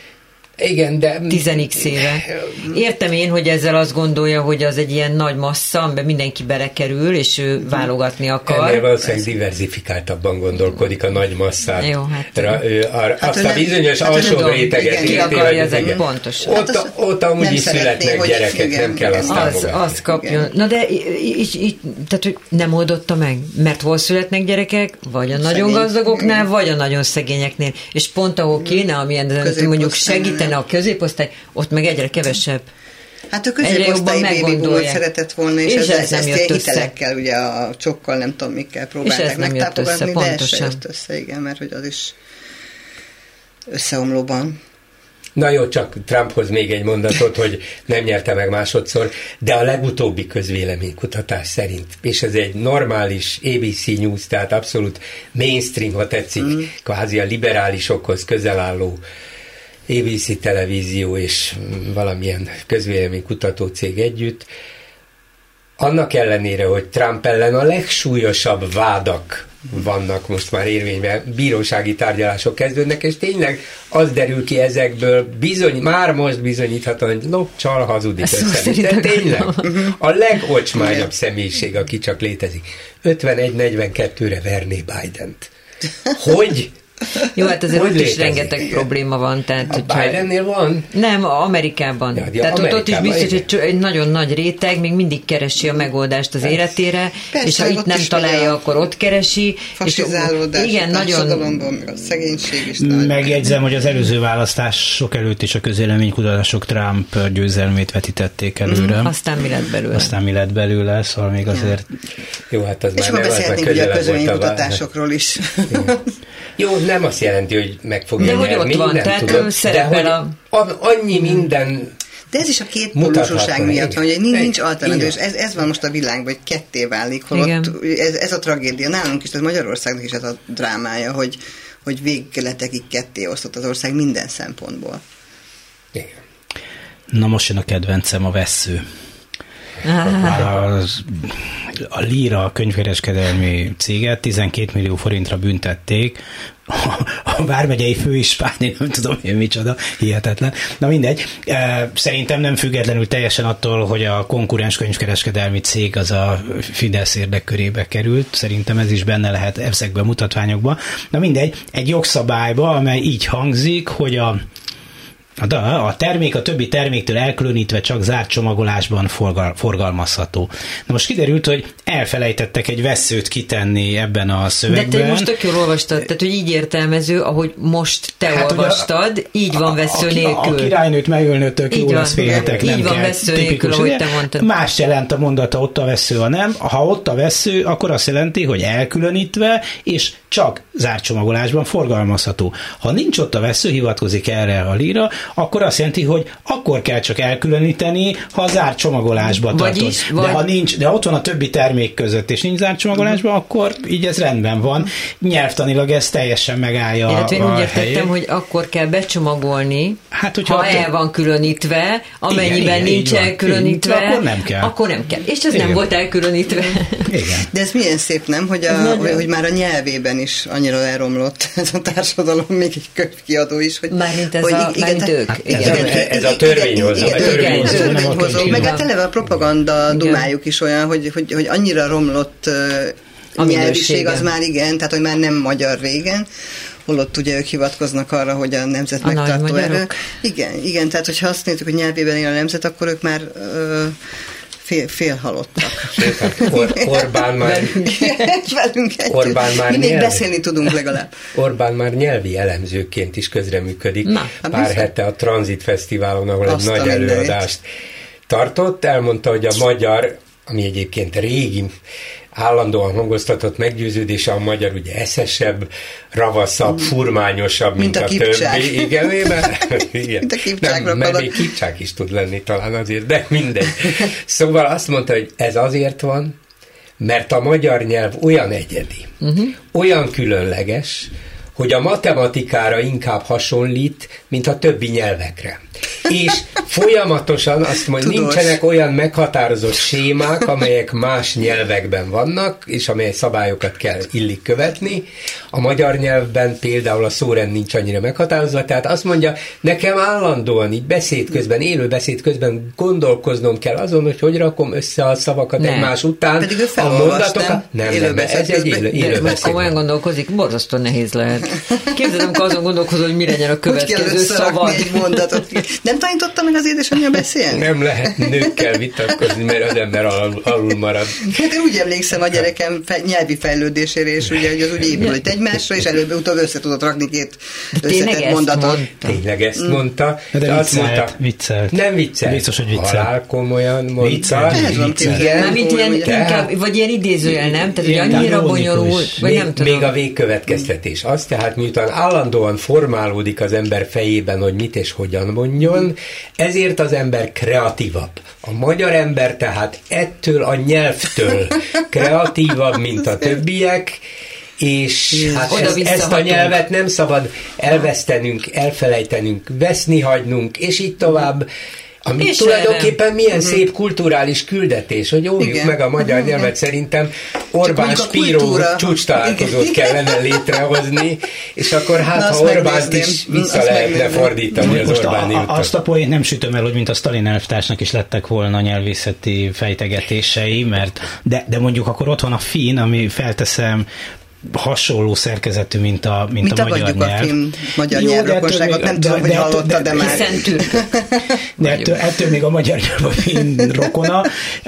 Igen, de... tizenik éve. Értem én, hogy ezzel azt gondolja, hogy az egy ilyen nagy massza, amiben mindenki belekerül, és ő válogatni akar. Ennél valószínűleg diverzifikáltabban gondolkodik a nagy masszára. Jó, hát... Ő, a, hát azt a bizonyos hát alsó réteget ki akarja ezek, pontosan. Ott, hát ott amúgy is születnek gyerekek, igen, nem kell azt támogatni. Az, azt kapjon. Na de így, így, tehát, hogy nem oldotta meg, mert hol születnek gyerekek, vagy a nagyon gazdagoknál, vagy a nagyon szegényeknél. És pont ahol kéne, amilyen mondjuk segíteni a középosztály, ott meg egyre kevesebb. Hát a középosztályi baby-boomot szeretett volna, és, és ez, ez ezt ilyen hitelekkel, ugye a csokkal, nem tudom, mikkel próbálták megtámogatni, de ez se jött össze, igen, mert hogy az is összeomlóban. Na jó, csak Trumphoz még egy mondatot, hogy nem nyerte meg másodszor, de a legutóbbi közvéleménykutatás szerint, és ez egy normális á bé cé News, tehát abszolút mainstream, ha tetszik, mm. kvázi a liberálisokhoz közel álló á bé cé televízió és valamilyen közvéleménykutató cég együtt, annak ellenére, hogy Trump ellen a legsúlyosabb vádak vannak most már érvényben, bírósági tárgyalások kezdődnek, és tényleg az derül ki ezekből, bizony, már most bizonyíthatóan, hogy lop, csal, hazudik össze. De tényleg a legocsmányabb személyiség, aki csak létezik. ötvenegy negyvenkettőre verné Bident. Hogy? Jó, hát azért hogy ott létezik? is rengeteg igen. probléma van. Tehát, a Bidennél van? Nem, Amerikában. Ja, ja, tehát Amerikában, ott is biztos, igen. hogy egy nagyon nagy réteg még mindig keresi a megoldást az persze. életére, persze, és ha itt nem találja, akkor ott keresi. Fasizálódás, és, igen, a társadalomban, meg a szegénység is nagy. Megjegyzem, hogy az előző választások előtt is a közvéleménykutatások Trump győzelmét vetítették előre. Mm, aztán mi lett belőle? Aztán mi lett belőle, szóval még azért... Jó, hát az és már nem az, meg a közvéleménykutatásokról is. Jó, nem azt jelenti, hogy meg fogja nyerni. De hogy ott van, nem tehát tudom, szerepel a... annyi minden... De ez is a két pólusúság miatt van, hogy nincs alternatív, és ez, ez van most a világban, hogy ketté válik, holott ez, ez a tragédia nálunk is, tehát Magyarországnak is ez a drámája, hogy, hogy végletekig ketté osztott az ország minden szempontból. Igen. Na most jön a kedvencem, a vessző. Az, a Líra a könyvkereskedelmi céget tizenkét millió forintra büntették, a vármegyei főispáni, nem tudom én micsoda, hihetetlen. Na mindegy, szerintem nem függetlenül teljesen attól, hogy a konkurens könyvkereskedelmi cég az a Fidesz érdekkörébe került, szerintem ez is benne lehet ezekben a mutatványokban. Na mindegy, egy jogszabályba, amely így hangzik, hogy a De a termék a többi terméktől elkülönítve csak zárt csomagolásban forgal, forgalmazható. Na most kiderült, hogy elfelejtettek egy vesszőt kitenni ebben a szövegben. De te most tök jól olvastad, tehát hogy így értelmező, ahogy most te hát, olvastad, a, így van vessző nélkül. A, a királynőt megölnötök, jó lesz félhetek, nem így van kell. Vessző nélkül, ahogy te mondtad. Más jelent a mondata, ott a vessző, ha nem. Ha ott a vessző, akkor azt jelenti, hogy elkülönítve, és csak zárt csomagolásban forgalmazható. Ha nincs ott a vessző, hivatkozik erre a Líra, akkor azt jelenti, hogy akkor kell csak elkülöníteni, ha a zárt csomagolásba tartod. Vagyis, vagy... De ha nincs, de ott van a többi termék között, és nincs zárt csomagolásban, uh-huh. akkor így ez rendben van. Nyelvtanilag ez teljesen megállja a, én úgy a értettem, helyét. Hogy akkor kell becsomagolni, hát, ha el van különítve, amennyiben igen, nincs igen, elkülönítve, akkor nem kell. Akkor nem kell. És ez igen. nem volt elkülönítve. Igen. De ez milyen szép, nem? Hogy, a, hogy, hogy már a nyelvében is annyira elromlott ez a társadalom, még egy könyvkiadó is. Hogy, mármint ez hogy a, igen, mármint ők. Hát ez, igen, a, ez a törvényhozó. Igen, törvényhozó. törvényhozó. Meg hát eleve a propaganda dumájuk is olyan, hogy, hogy, hogy annyira romlott a nyelviség, az már igen, tehát hogy már nem magyar régen, holott ugye ők hivatkoznak arra, hogy a nemzet a megtartó erő. Igen, igen, tehát hogyha azt nézzük, hogy nyelvében él a nemzet, akkor ők már ö, fél, félhalottak. Or, Orbán már velünk Orbán már mi még nyelvi, beszélni tudunk legalább. Orbán már nyelvi elemzőként is közreműködik. Na, pár hete a Transit Fesztiválon, ahol azt egy nagy előadást tartott, elmondta, hogy a magyar, ami egyébként régi, állandóan hangoztatott meggyőződése, a magyar ugye eszesebb, ravaszabb, furmányosabb, mint, mint a, a többi. Igen, igen. Mint a kipcsák. Nem, mert még kipcsák is tud lenni talán azért, de mindegy. Szóval azt mondta, hogy ez azért van, mert a magyar nyelv olyan egyedi, uh-huh. olyan különleges, hogy a matematikára inkább hasonlít, mint a többi nyelvekre. És folyamatosan azt mondja, nincsenek olyan meghatározott sémák, amelyek más nyelvekben vannak, és amely szabályokat kell illik követni. A magyar nyelvben például a szórend nincs annyira meghatározva, tehát azt mondja, nekem állandóan így beszéd közben, élő beszéd közben gondolkoznom kell azon, hogy hogy rakom össze a szavakat nem. egymás után. Pedig ő a mondatokat. Nem, nem, nem, ez egy élő, élő beszéd. Komolyan gondolkozik, borzasztó nehéz lehet. Képzeld, amikor azon gondolkozol, hogy mire legyen a következő szavad. Egy mondatot. Nem tanította meg az édesanyja beszélni? Nem lehet nőkkel vitatkozni, mert az ember alul, alul marad. Hát én úgy emlékszem a gyerekem fe, nyelvi fejlődésére, és ugye, hogy az úgy épült egymásra, és előbb-utóbb össze tudott rakni két összetett mondatot. Tényleg ezt mondta. De, de azt viccelt, mondta, viccelt. Nem viccelt. Biztos, hogy viccelt. Halál komolyan mondta. Viccelt. Mármint ilyen, inkább, vagy ilyen idézőjel, nem? Tehát, hogy annyira bonyolult, vagy nem tudom. Még a végkövetkeztetés az, tehát miután állandóan formálódik az ember fejében, hogy mit és hogyan mondjon, ezért az ember kreatívabb. A magyar ember tehát ettől a nyelvtől kreatívabb, mint a többiek, és hát ezt, ezt a nyelvet nem szabad elvesztenünk, elfelejtenünk, veszni hagynunk, és így tovább. Ami és tulajdonképpen milyen uh-huh. szép kulturális küldetés, hogy óvjuk igen. meg a magyar uh-huh. nyelvet, szerintem Orbán Spiró csúcs találkozót kellene létrehozni, és akkor hát, na, ha Orbánt is vissza azt lehetne megnézni. Fordítani az Orbáni utat. Azt a poént nem sütöm el, hogy mint a Stalin elvtársnak is lettek volna nyelvészeti fejtegetései, mert de, de mondjuk akkor ott van a finn, ami felteszem, hasonló szerkezetű, mint a, mint mint a, a magyar nyelv. A magyar Jó, nyelvrokonságot nem tudom, hogy hallotta, de, de már. De ettől, ettől még a magyar nyelv a finn rokona,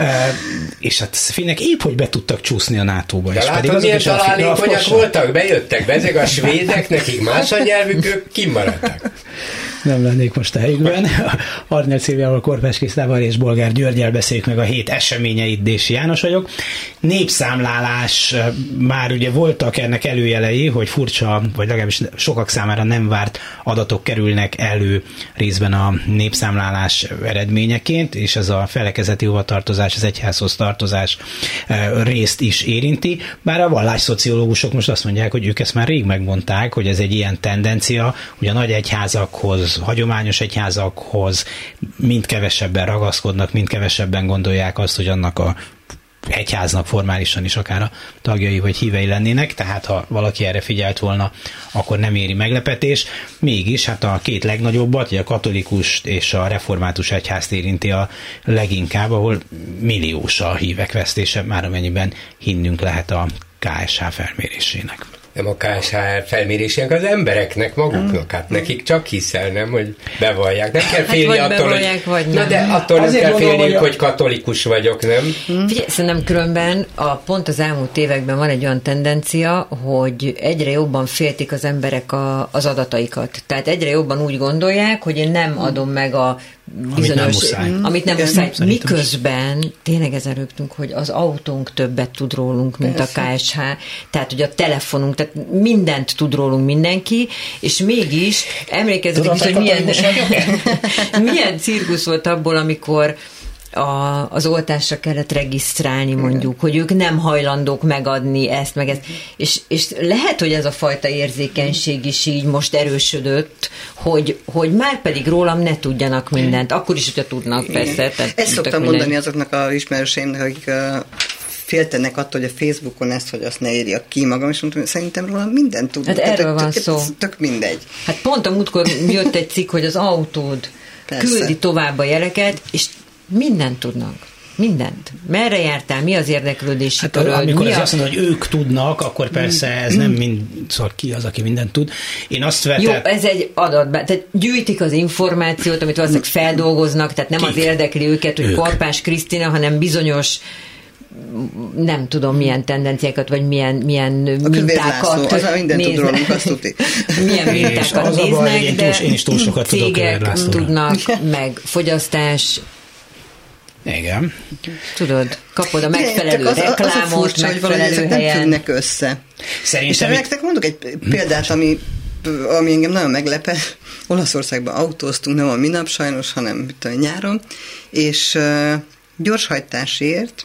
és hát finnek épp, hogy be tudtak csúszni a nátóba. De látod, milyen találékonyak voltak, bejöttek be, ezek a svédek, nekik más a nyelvük, ők kimaradtak. Nem lennék most a helyükben. Arnél Szilviával, Korpás Krisztával és Bolgár Györgyel beszéljük meg a hét eseményeit, Dési János vagyok. Népszámlálás, már ugye voltak ennek előjelei, hogy furcsa, vagy legalábbis sokak számára nem várt adatok kerülnek elő részben a népszámlálás eredményeként, és ez a felekezeti hovatartozás, az egyházhoz tartozás részt is érinti. Bár a vallásszociológusok most azt mondják, hogy ők ezt már rég megmondták, hogy ez egy ilyen tendencia, hogy a nagy egyházakhoz, hagyományos egyházakhoz mind kevesebben ragaszkodnak, mind kevesebben gondolják azt, hogy annak a egyháznak formálisan is akár a tagjai vagy hívei lennének, tehát ha valaki erre figyelt volna, akkor nem éri meglepetés. Mégis hát a két legnagyobbat, a katolikus és a református egyházt érinti a leginkább, ahol milliós a hívek vesztése, már amennyiben hinnünk lehet a ká es há felmérésének. Nem a ká es há felmérésének, az embereknek maguknak, hát nekik csak hiszel, nem, hogy bevallják. Nem kell félni hát attól, hogy... Vagy nem. Na de attól nem kell félni, hogy katolikus vagyok, nem? Figyelj, szerintem különben a, pont az elmúlt években van egy olyan tendencia, hogy egyre jobban féltik az emberek a, az adataikat. Tehát egyre jobban úgy gondolják, hogy én nem adom meg a bizonyos, amit nem muszáj. Amit nem muszáj. Miközben tényleg ezen rögtünk, hogy az autónk többet tud rólunk, mint Persze. a ká es há, tehát hogy a telefonunk, tehát mindent tud rólunk mindenki, és mégis emlékezzetek is, hogy milyen, milyen cirkusz volt abból, amikor a, az oltásra kellett regisztrálni, mondjuk, hogy ők nem hajlandók megadni ezt, meg ezt. És, és lehet, hogy ez a fajta érzékenység is így most erősödött, hogy, hogy már pedig rólam ne tudjanak mindent. Akkor is, hogyha tudnak, persze. Ezt szoktam mondani azoknak az ismerőseimnek, akik uh, féltenek attól, hogy a Facebookon ezt, hogy azt ne írjak ki magam, és mondtam, hogy szerintem róla mindent tudnak. Hát erről van tök, szó. Tök mindegy. Hát pont a múltkor jött egy cikk, hogy az autód persze. küldi tovább a jeleket, és mindent tudnak. Mindent. Merre jártál? Mi az érdeklődési hát, köröd? Amikor mi ez a... azt mondja, hogy ők tudnak, akkor persze ez nem mind, szóval ki az, aki mindent tud. Én azt vettem... Jó, ez egy adatban. Tehát gyűjtik az információt, amit valószínűleg feldolgoznak, tehát nem Kik? az érdekli őket, hogy ők. Korpás Krisztina, hanem bizonyos nem tudom milyen tendenciákat, vagy milyen, milyen a mintákat az mindent tud rólunk, azt tudni. Milyen mintákat néznek, baj, én de én is túl sokat cégek tudnak, meg fogyasztás. Igen. Tudod, kapod a megfelelő az, reklámot, az a furcsa, megfelelő hogy helyen. Nem függnek össze. Szerintem... És nektek mondok egy példát, ami, ami engem nagyon meglepett. Olaszországban autóztunk, nem a minap sajnos, hanem a nyáron, és uh, gyorshajtásért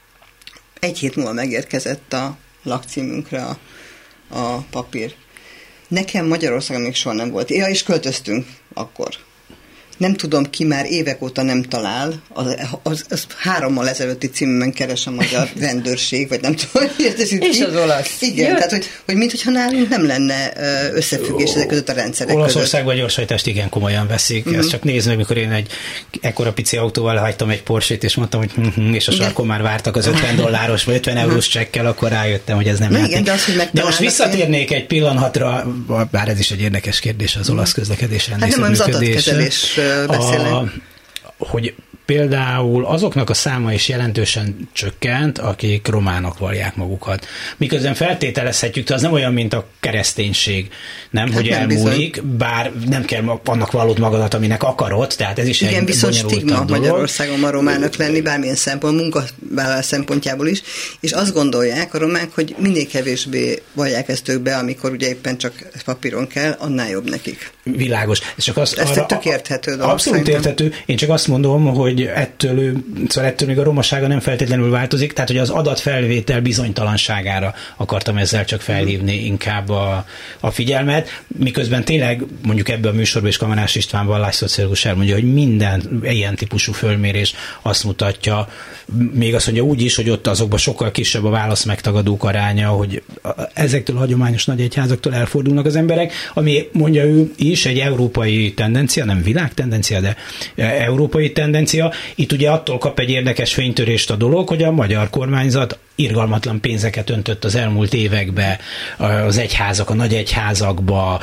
egy hét múlva megérkezett a lakcímünkre a, a papír. Nekem Magyarországon még soha nem volt. Ja, és költöztünk akkor. Nem tudom, ki már évek óta nem talál, az, az, az hárommal ezelőtti címben keres a magyar rendőrség, vagy nem tudom, hogy ez és az olasz. Igen, Jött. tehát, hogy, hogy mintha nálunk nem lenne összefüggés ezek között a rendszerek között. Olaszországban gyorshajtást igen komolyan veszik. Mm-hmm. Ezt csak nézd meg, mikor én egy ekkora pici autóval hagytam egy Porsét, és mondtam, hogy hm-hm, és a sarkon már vártak az ötven dolláros, vagy ötven eurós csekkel, akkor rájöttem, hogy ez nem játék. Igen, de, az, hogy de most visszatérnék én... egy pillanatra, bár ez is egy érdekes kérdés, az olasz közlekedés rendészet hát működése. A, hogy például azoknak a száma is jelentősen csökkent, akik románok vallják magukat. Miközben feltételezhetjük, de az nem olyan, mint a kereszténység, nem, hát hogy nem elmúlik, bizony. Bár nem kell annak vallod magadat, aminek akarod, tehát ez is igen, egy viszont stigma Magyarországon a románok lenni, bármilyen szempont, munkavállalás szempontjából is, és azt gondolják a romák, hogy minél kevésbé vallják ezt ők be, amikor ugye éppen csak papíron kell, annál jobb nekik. Világos. És csak az, ez arra, tök érthető dolog. Abszolút érthető. Én csak azt mondom, hogy ettől, szóval ettől még a romasága nem feltétlenül változik, tehát hogy az adatfelvétel bizonytalanságára akartam ezzel csak felhívni inkább a, a figyelmet, miközben tényleg mondjuk ebben a műsorban is Kamarás István vallásszociológus elmondja, hogy minden ilyen típusú fölmérés azt mutatja, még azt mondja úgy is, hogy ott azokban sokkal kisebb a válasz megtagadók aránya, hogy ezektől a hagyományos nagy egyházaktól elfordulnak az emberek, ami mondja ő is egy európai tendencia, nem világ tendencia, de európai tendencia, csinálja. Itt ugye attól kap egy érdekes fénytörést a dolog, hogy a magyar kormányzat irgalmatlan pénzeket öntött az elmúlt években az egyházak, a nagy egyházakba,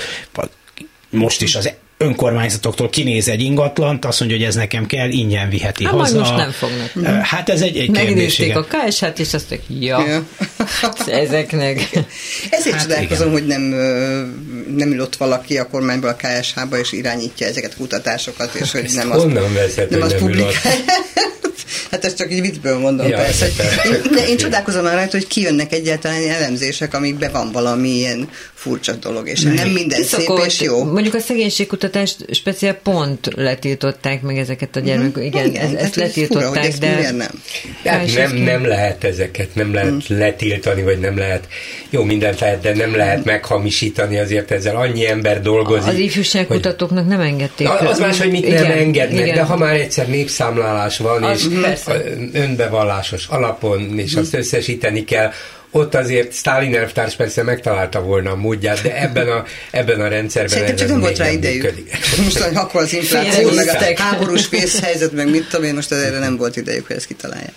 most is az önkormányzatoktól kinéz egy ingatlant, azt mondja, hogy ez nekem kell, ingyen viheti hát haza. most nem fognak. Hát ez egy, egy megnézték a ká es há-t, és azt mondják, ja, ja. ezeknek. Ezért hát csodálkozom, hogy nem, nem ül ott valaki a kormányból a ká es há-ba, és irányítja ezeket a kutatásokat, és hogy nem azt, nem azt publikálja. Hát ezt csak így viccből mondom, ja, persze. Én, én csodálkozom már rajta, hogy kijönnek egyáltalán elemzések, amikben van valami ilyen furcsa dolog, és nem minden szép és jó. Mondjuk a szegénységkutatást speciál pont letiltották meg ezeket a gyermekek. Mm-hmm. Igen, igen, ezt, ezt letiltották, fura, de... Miért nem? Hát nem, nem lehet ezeket, nem lehet mm. letiltani, vagy nem lehet, jó, mindent lehet, de nem lehet meghamisítani, azért ezzel annyi ember dolgozik. Az ifjúságkutatóknak hogy... nem engedték. Az, az más, hogy mit igen, nem engednek, igen. De ha már egyszer népszámlálás van, az és persze. önbevallásos alapon, és azt összesíteni kell, ott azért Sztálin elvtárs persze megtalálta volna a módját, de ebben a, ebben a rendszerben szerintem csak nem volt rá idejük. Most, hogy akkor az infláció, meg a háborús vészhelyzet, meg mit tudom én, most erre nem volt idejük, hogy ezt kitalálják.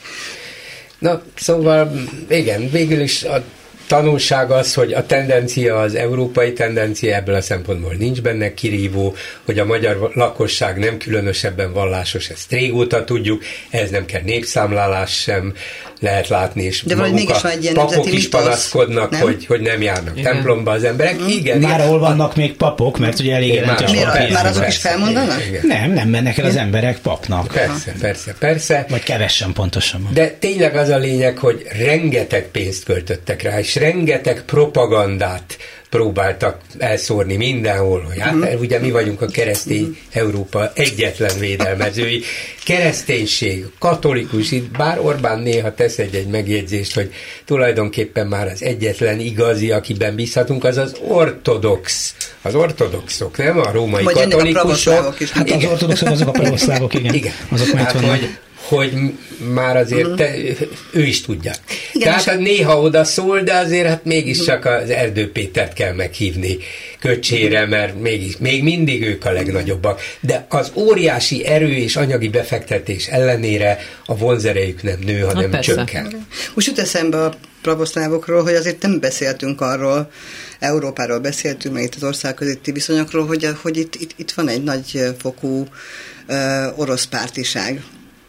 Na, szóval igen, végül is a tanulság az, hogy a tendencia, az európai tendencia ebből a szempontból nincs benne kirívó, hogy a magyar lakosság nem különösebben vallásos, ezt régóta tudjuk, ez nem kell népszámlálás sem, lehet látni, és de maguk a papok is panaszkodnak, nem? Hogy, hogy nem járnak igen. templomba az emberek. Mm. Igen, már ahol vannak még papok, mert ugye elég jelentős papír. Már azok is felmondanak? Igen, igen. Nem, nem mennek el az emberek papnak. Persze, persze, persze. Vagy kevessen pontosan. De tényleg az a lényeg, hogy rengeteg pénzt költöttek rá, és rengeteg propagandát próbáltak elszórni mindenhol, hogy hát mm. ugye mi vagyunk a keresztény mm. Európa egyetlen védelmezői. Kereszténység, katolikus, itt bár Orbán néha tesz egy-egy megjegyzést, hogy tulajdonképpen már az egyetlen igazi, akiben bízhatunk, az az ortodox. Az ortodoxok, nem? A római vagy katolikusok. A hát az ortodoxok azok a pravoszlávok, igen. igen. Azok hát, hogy, hogy már azért uh-huh. te, ő is tudja. Igen, tehát hát néha oda szól, de azért hát mégiscsak az Erdő Pétert kell meghívni Köcsére, mert mégis, még mindig ők a legnagyobbak. De az óriási erő és anyagi befektetés ellenére a vonzerejük nem nő, hanem hát csökken. Most jut eszembe a pravoszlávokról, hogy azért nem beszéltünk arról, Európáról beszéltünk, meg itt az ország közötti viszonyokról, hogy, hogy itt, itt, itt van egy nagy fokú uh, orosz pártiság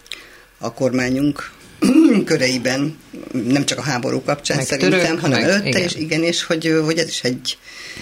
a kormányunk köreiben, nem csak a háború kapcsán meg szerintem, török, hanem meg, előtte, igen. és igen, és hogy, hogy ez is egy,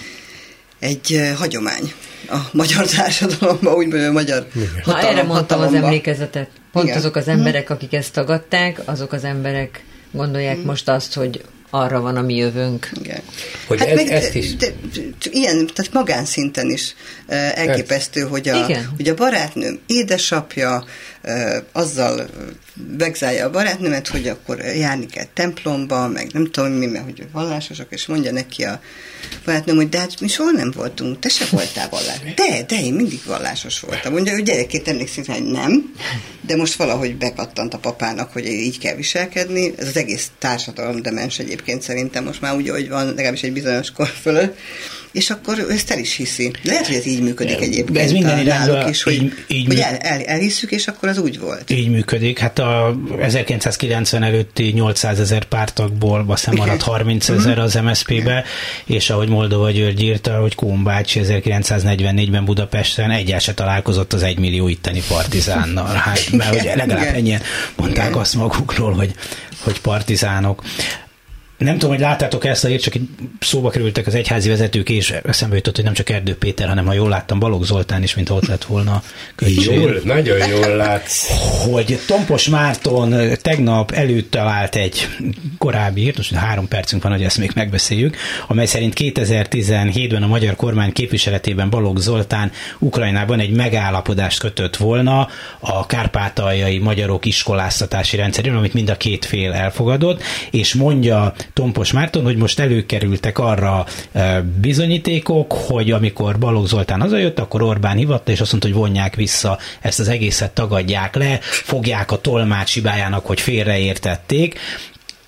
egy hagyomány a magyar társadalomban, úgymond a magyar hatalom, Na, erre mondtam az emlékezetet. Pont igen. azok az emberek, uh-huh. akik ezt tagadták, azok az emberek gondolják uh-huh. most azt, hogy arra van a mi jövőnk. Igen. Hogy hát ez, meg, ezt is... De, de, ilyen, tehát magánszinten is uh, elképesztő, hogy a, hogy a barátnőm édesapja uh, azzal vegzálja a barátnőmet, hogy akkor járni kell templomba, meg nem tudom mi, mert hogy vallásosak, és mondja neki a barátnőm, hogy de hát mi soha nem voltunk, te se voltál vallásos. De, de én mindig vallásos voltam. Mondja, hogy gyerekként emlékszik rá, hogy nem, de most valahogy bekattant a papának, hogy így kell viselkedni. Ez az egész társadalom demens egyébként szerintem most már úgy, hogy van legalábbis egy bizonyos kor fölött, és akkor ő ezt el is hiszi. Lehet, hogy ez így működik egyébként. De ez minden irányban is, hogy, így, így hogy el, el, elhisszük, és akkor az úgy volt. Így működik. Hát a ezerkilencszázkilencven előtti nyolcszázezer pártagból azt hiszem maradt harmincezer az em es zé pé-be, és ahogy Moldova György írta, hogy Kuhn bácsi ezerkilencszáznegyvennégyben Budapesten egyáltalán se találkozott az egymillió itteni partizánnal. Hát, mert ugye legalább ennyien mondták azt magukról, hogy, hogy partizánok. Nem tudom, hogy láttátok ezt a hírt, csak szóba kerültek az egyházi vezetők, és eszembe jutott, hogy nem csak Erdő Péter, hanem ha jól láttam, Balogh Zoltán is, mint ott lett volna. Jól, nagyon jól látsz. Hogy Tompos Márton tegnap előtt talált egy korábbi hírt, most három percünk van, hogy ezt még megbeszéljük, amely szerint kétezer-tizenhétben a magyar kormány képviseletében Balogh Zoltán Ukrajnában egy megállapodást kötött volna a kárpátaljai magyarok iskoláztatási rendszeréről, amit mind a két fél elfogadott, és mondja Tompos Márton, hogy most előkerültek arra bizonyítékok, hogy amikor Balogh Zoltán hazajött, akkor Orbán hivatta, és azt mondta, hogy vonják vissza ezt az egészet, tagadják le, fogják a tolmács hibájának, hogy félreértették,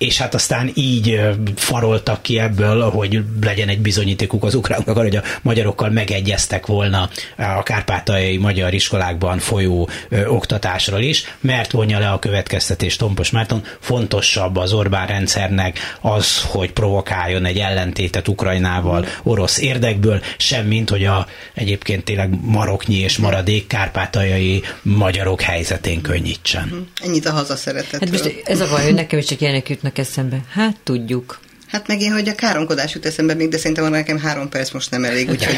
és hát aztán így faroltak ki ebből, hogy legyen egy bizonyítékuk az ukránoknak, hogy a magyarokkal megegyeztek volna a kárpátaljai magyar iskolákban folyó ö, oktatásról is, mert vonja le a következtetést Tompos Márton, fontosabb az Orbán rendszernek az, hogy provokáljon egy ellentétet Ukrajnával orosz érdekből, semmint, hogy a egyébként tényleg maroknyi és maradék kárpátaljai magyarok helyzetén könnyítsen. Ennyit a hazaszeretetről. Hát most ez a baj, hogy nekem is csak ilyenek jutnak eszembe. Hát tudjuk. Hát meg én, hogy a káromkodás jut eszembe még, de szerintem van nekem három perc most nem elég, úgyhogy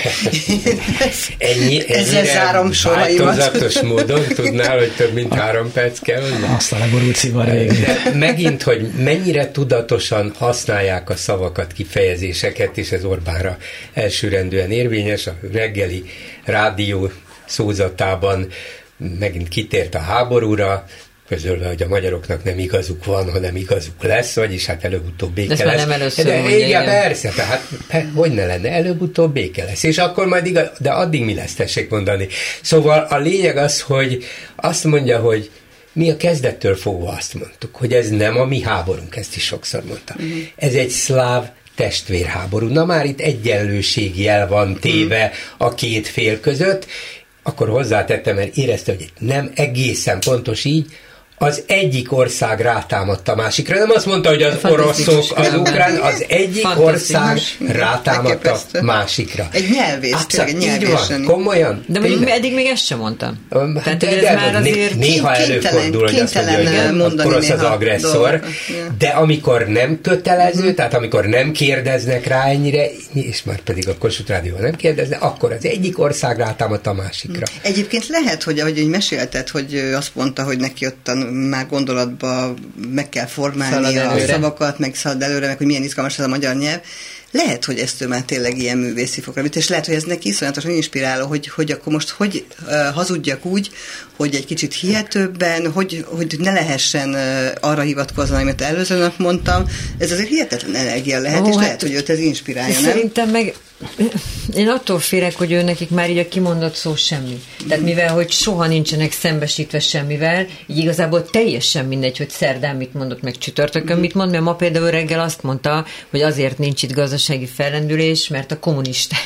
ennyi, ezzel zárom soraimat. Változatos módon tudnál, hogy több mint három perc kell? Azt a leborult szivar végén. De megint, hogy mennyire tudatosan használják a szavakat, kifejezéseket, és ez Orbánra elsőrendűen érvényes, a reggeli rádió szózatában megint kitért a háborúra, közölve, hogy a magyaroknak nem igazuk van, hanem igazuk lesz, vagyis hát előbb-utóbb béke de lesz. Nem először de mondja, igen, igen, persze, tehát hogy ne lenne, előbb-utóbb béke lesz. És akkor majd igaz, de addig mi lesz, tessék mondani. Szóval a lényeg az, hogy azt mondja, hogy mi a kezdettől fogva azt mondtuk, hogy ez nem a mi háborunk, ezt is sokszor mondtam. Uh-huh. Ez egy szláv testvérháború. Na már itt egyenlőségjel van téve a két fél között, akkor hozzátettem, mert érezte, hogy nem egészen pontos így, az egyik ország rátámadt a másikra. Nem azt mondta, hogy az oroszok, az ukrán, az egyik ország rátámadt a másikra. Egy nyelvész, tényleg egy nyelvész. Komolyan? De mondjuk eddig még ezt sem mondtam. Um, Tehát, de, ez már azért néha előfordul, hogy azt mondja, hogy orosz az agresszor, de amikor nem kötelező, tehát amikor nem kérdeznek rá ennyire, és már pedig a Kossuth Rádióval nem kérdeznek, akkor az egyik ország rátámadt a másikra. Egyébként lehet, hogy ahogy mesélted, hogy azt mondta, hogy neki ott már gondolatba meg kell formálni a szavakat, meg szalad előre, meg hogy milyen izgalmas ez a magyar nyelv. Lehet, hogy ezt ő már tényleg ilyen művészi fokra vitt, és lehet, hogy ez neki iszonyatosan inspiráló, hogy, hogy akkor most hogy uh, hazudjak úgy, hogy egy kicsit hihetőbben, hogy, hogy ne lehessen uh, arra hivatkozni, amit előző nap mondtam. Ez azért hihetetlen energia lehet, oh, és hát lehet, hogy őt ez inspirálja, nem? Szerintem meg én attól félek, hogy ő nekik már így a kimondott szó semmi. Tehát mivel, hogy soha nincsenek szembesítve semmivel, így igazából teljesen mindegy, hogy szerdán mit mondott, meg csütörtökön mit mond, mert ma például reggel azt mondta, hogy azért nincs itt gazdasági fellendülés, mert a kommunisták.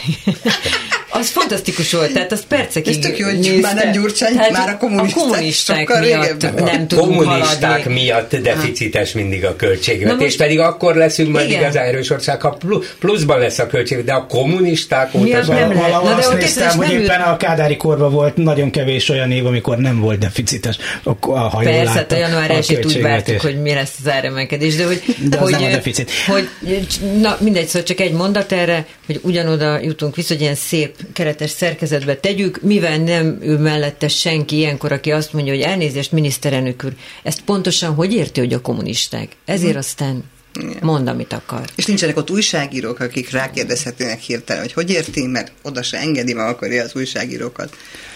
Az fantasztikus volt, tehát az percekig ez tök jó, hogy már nem Gyurcsány, tehát már a kommunisták, a kommunisták miatt régebben. Nem tudunk kommunisták haladni. Miatt deficites mindig a költségvetés, most, pedig akkor leszünk majd igen. igazán erős ország, ha pluszban lesz a költségvetés, de a kommunisták óta valahol azt néztem, hogy éppen a kádári korban volt nagyon kevés olyan év, amikor nem volt deficites. Ha persze, hát a január elsőt úgy vártuk, hogy mi lesz az áremelkedés, de hogy, de hogy, nem a deficit. Hogy, na mindegy, szóval csak egy mondat erre, hogy ugyanoda jutunk vissza, hogy ilyen szép keretes szerkezetbe tegyük, mivel nem ő mellette senki ilyenkor, aki azt mondja, hogy elnézést, miniszterelnök úr, ezt pontosan hogy érti, hogy a kommunisták? Ezért hmm. aztán mond, amit akar. És nincsenek ott újságírók, akik rákérdezhetnének hirtelen, hogy hogy érti, mert oda se engedi, ma akarja az újságírókat.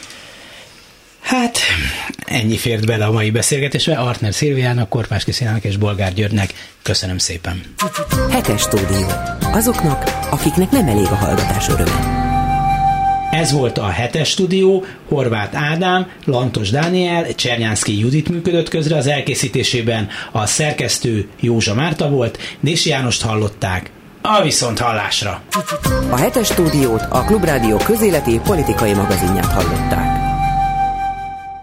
Hát, ennyi fért bele a mai beszélgetésbe. Artner Szilviának, Korpás Krisztinának és Bolgár Györgynek köszönöm szépen. Hetes stúdió. Azoknak, akiknek nem elég a hallgatás öröme. Ez volt a Hetes stúdió, Horváth Ádám, Lantos Dániel, Csernyánszky Judit működött közre, az elkészítésében a szerkesztő Józsa Márta volt, Dési Jánost hallották, a viszonthallásra. A Hetes stúdiót a Klubrádió közéleti politikai magazinját hallották.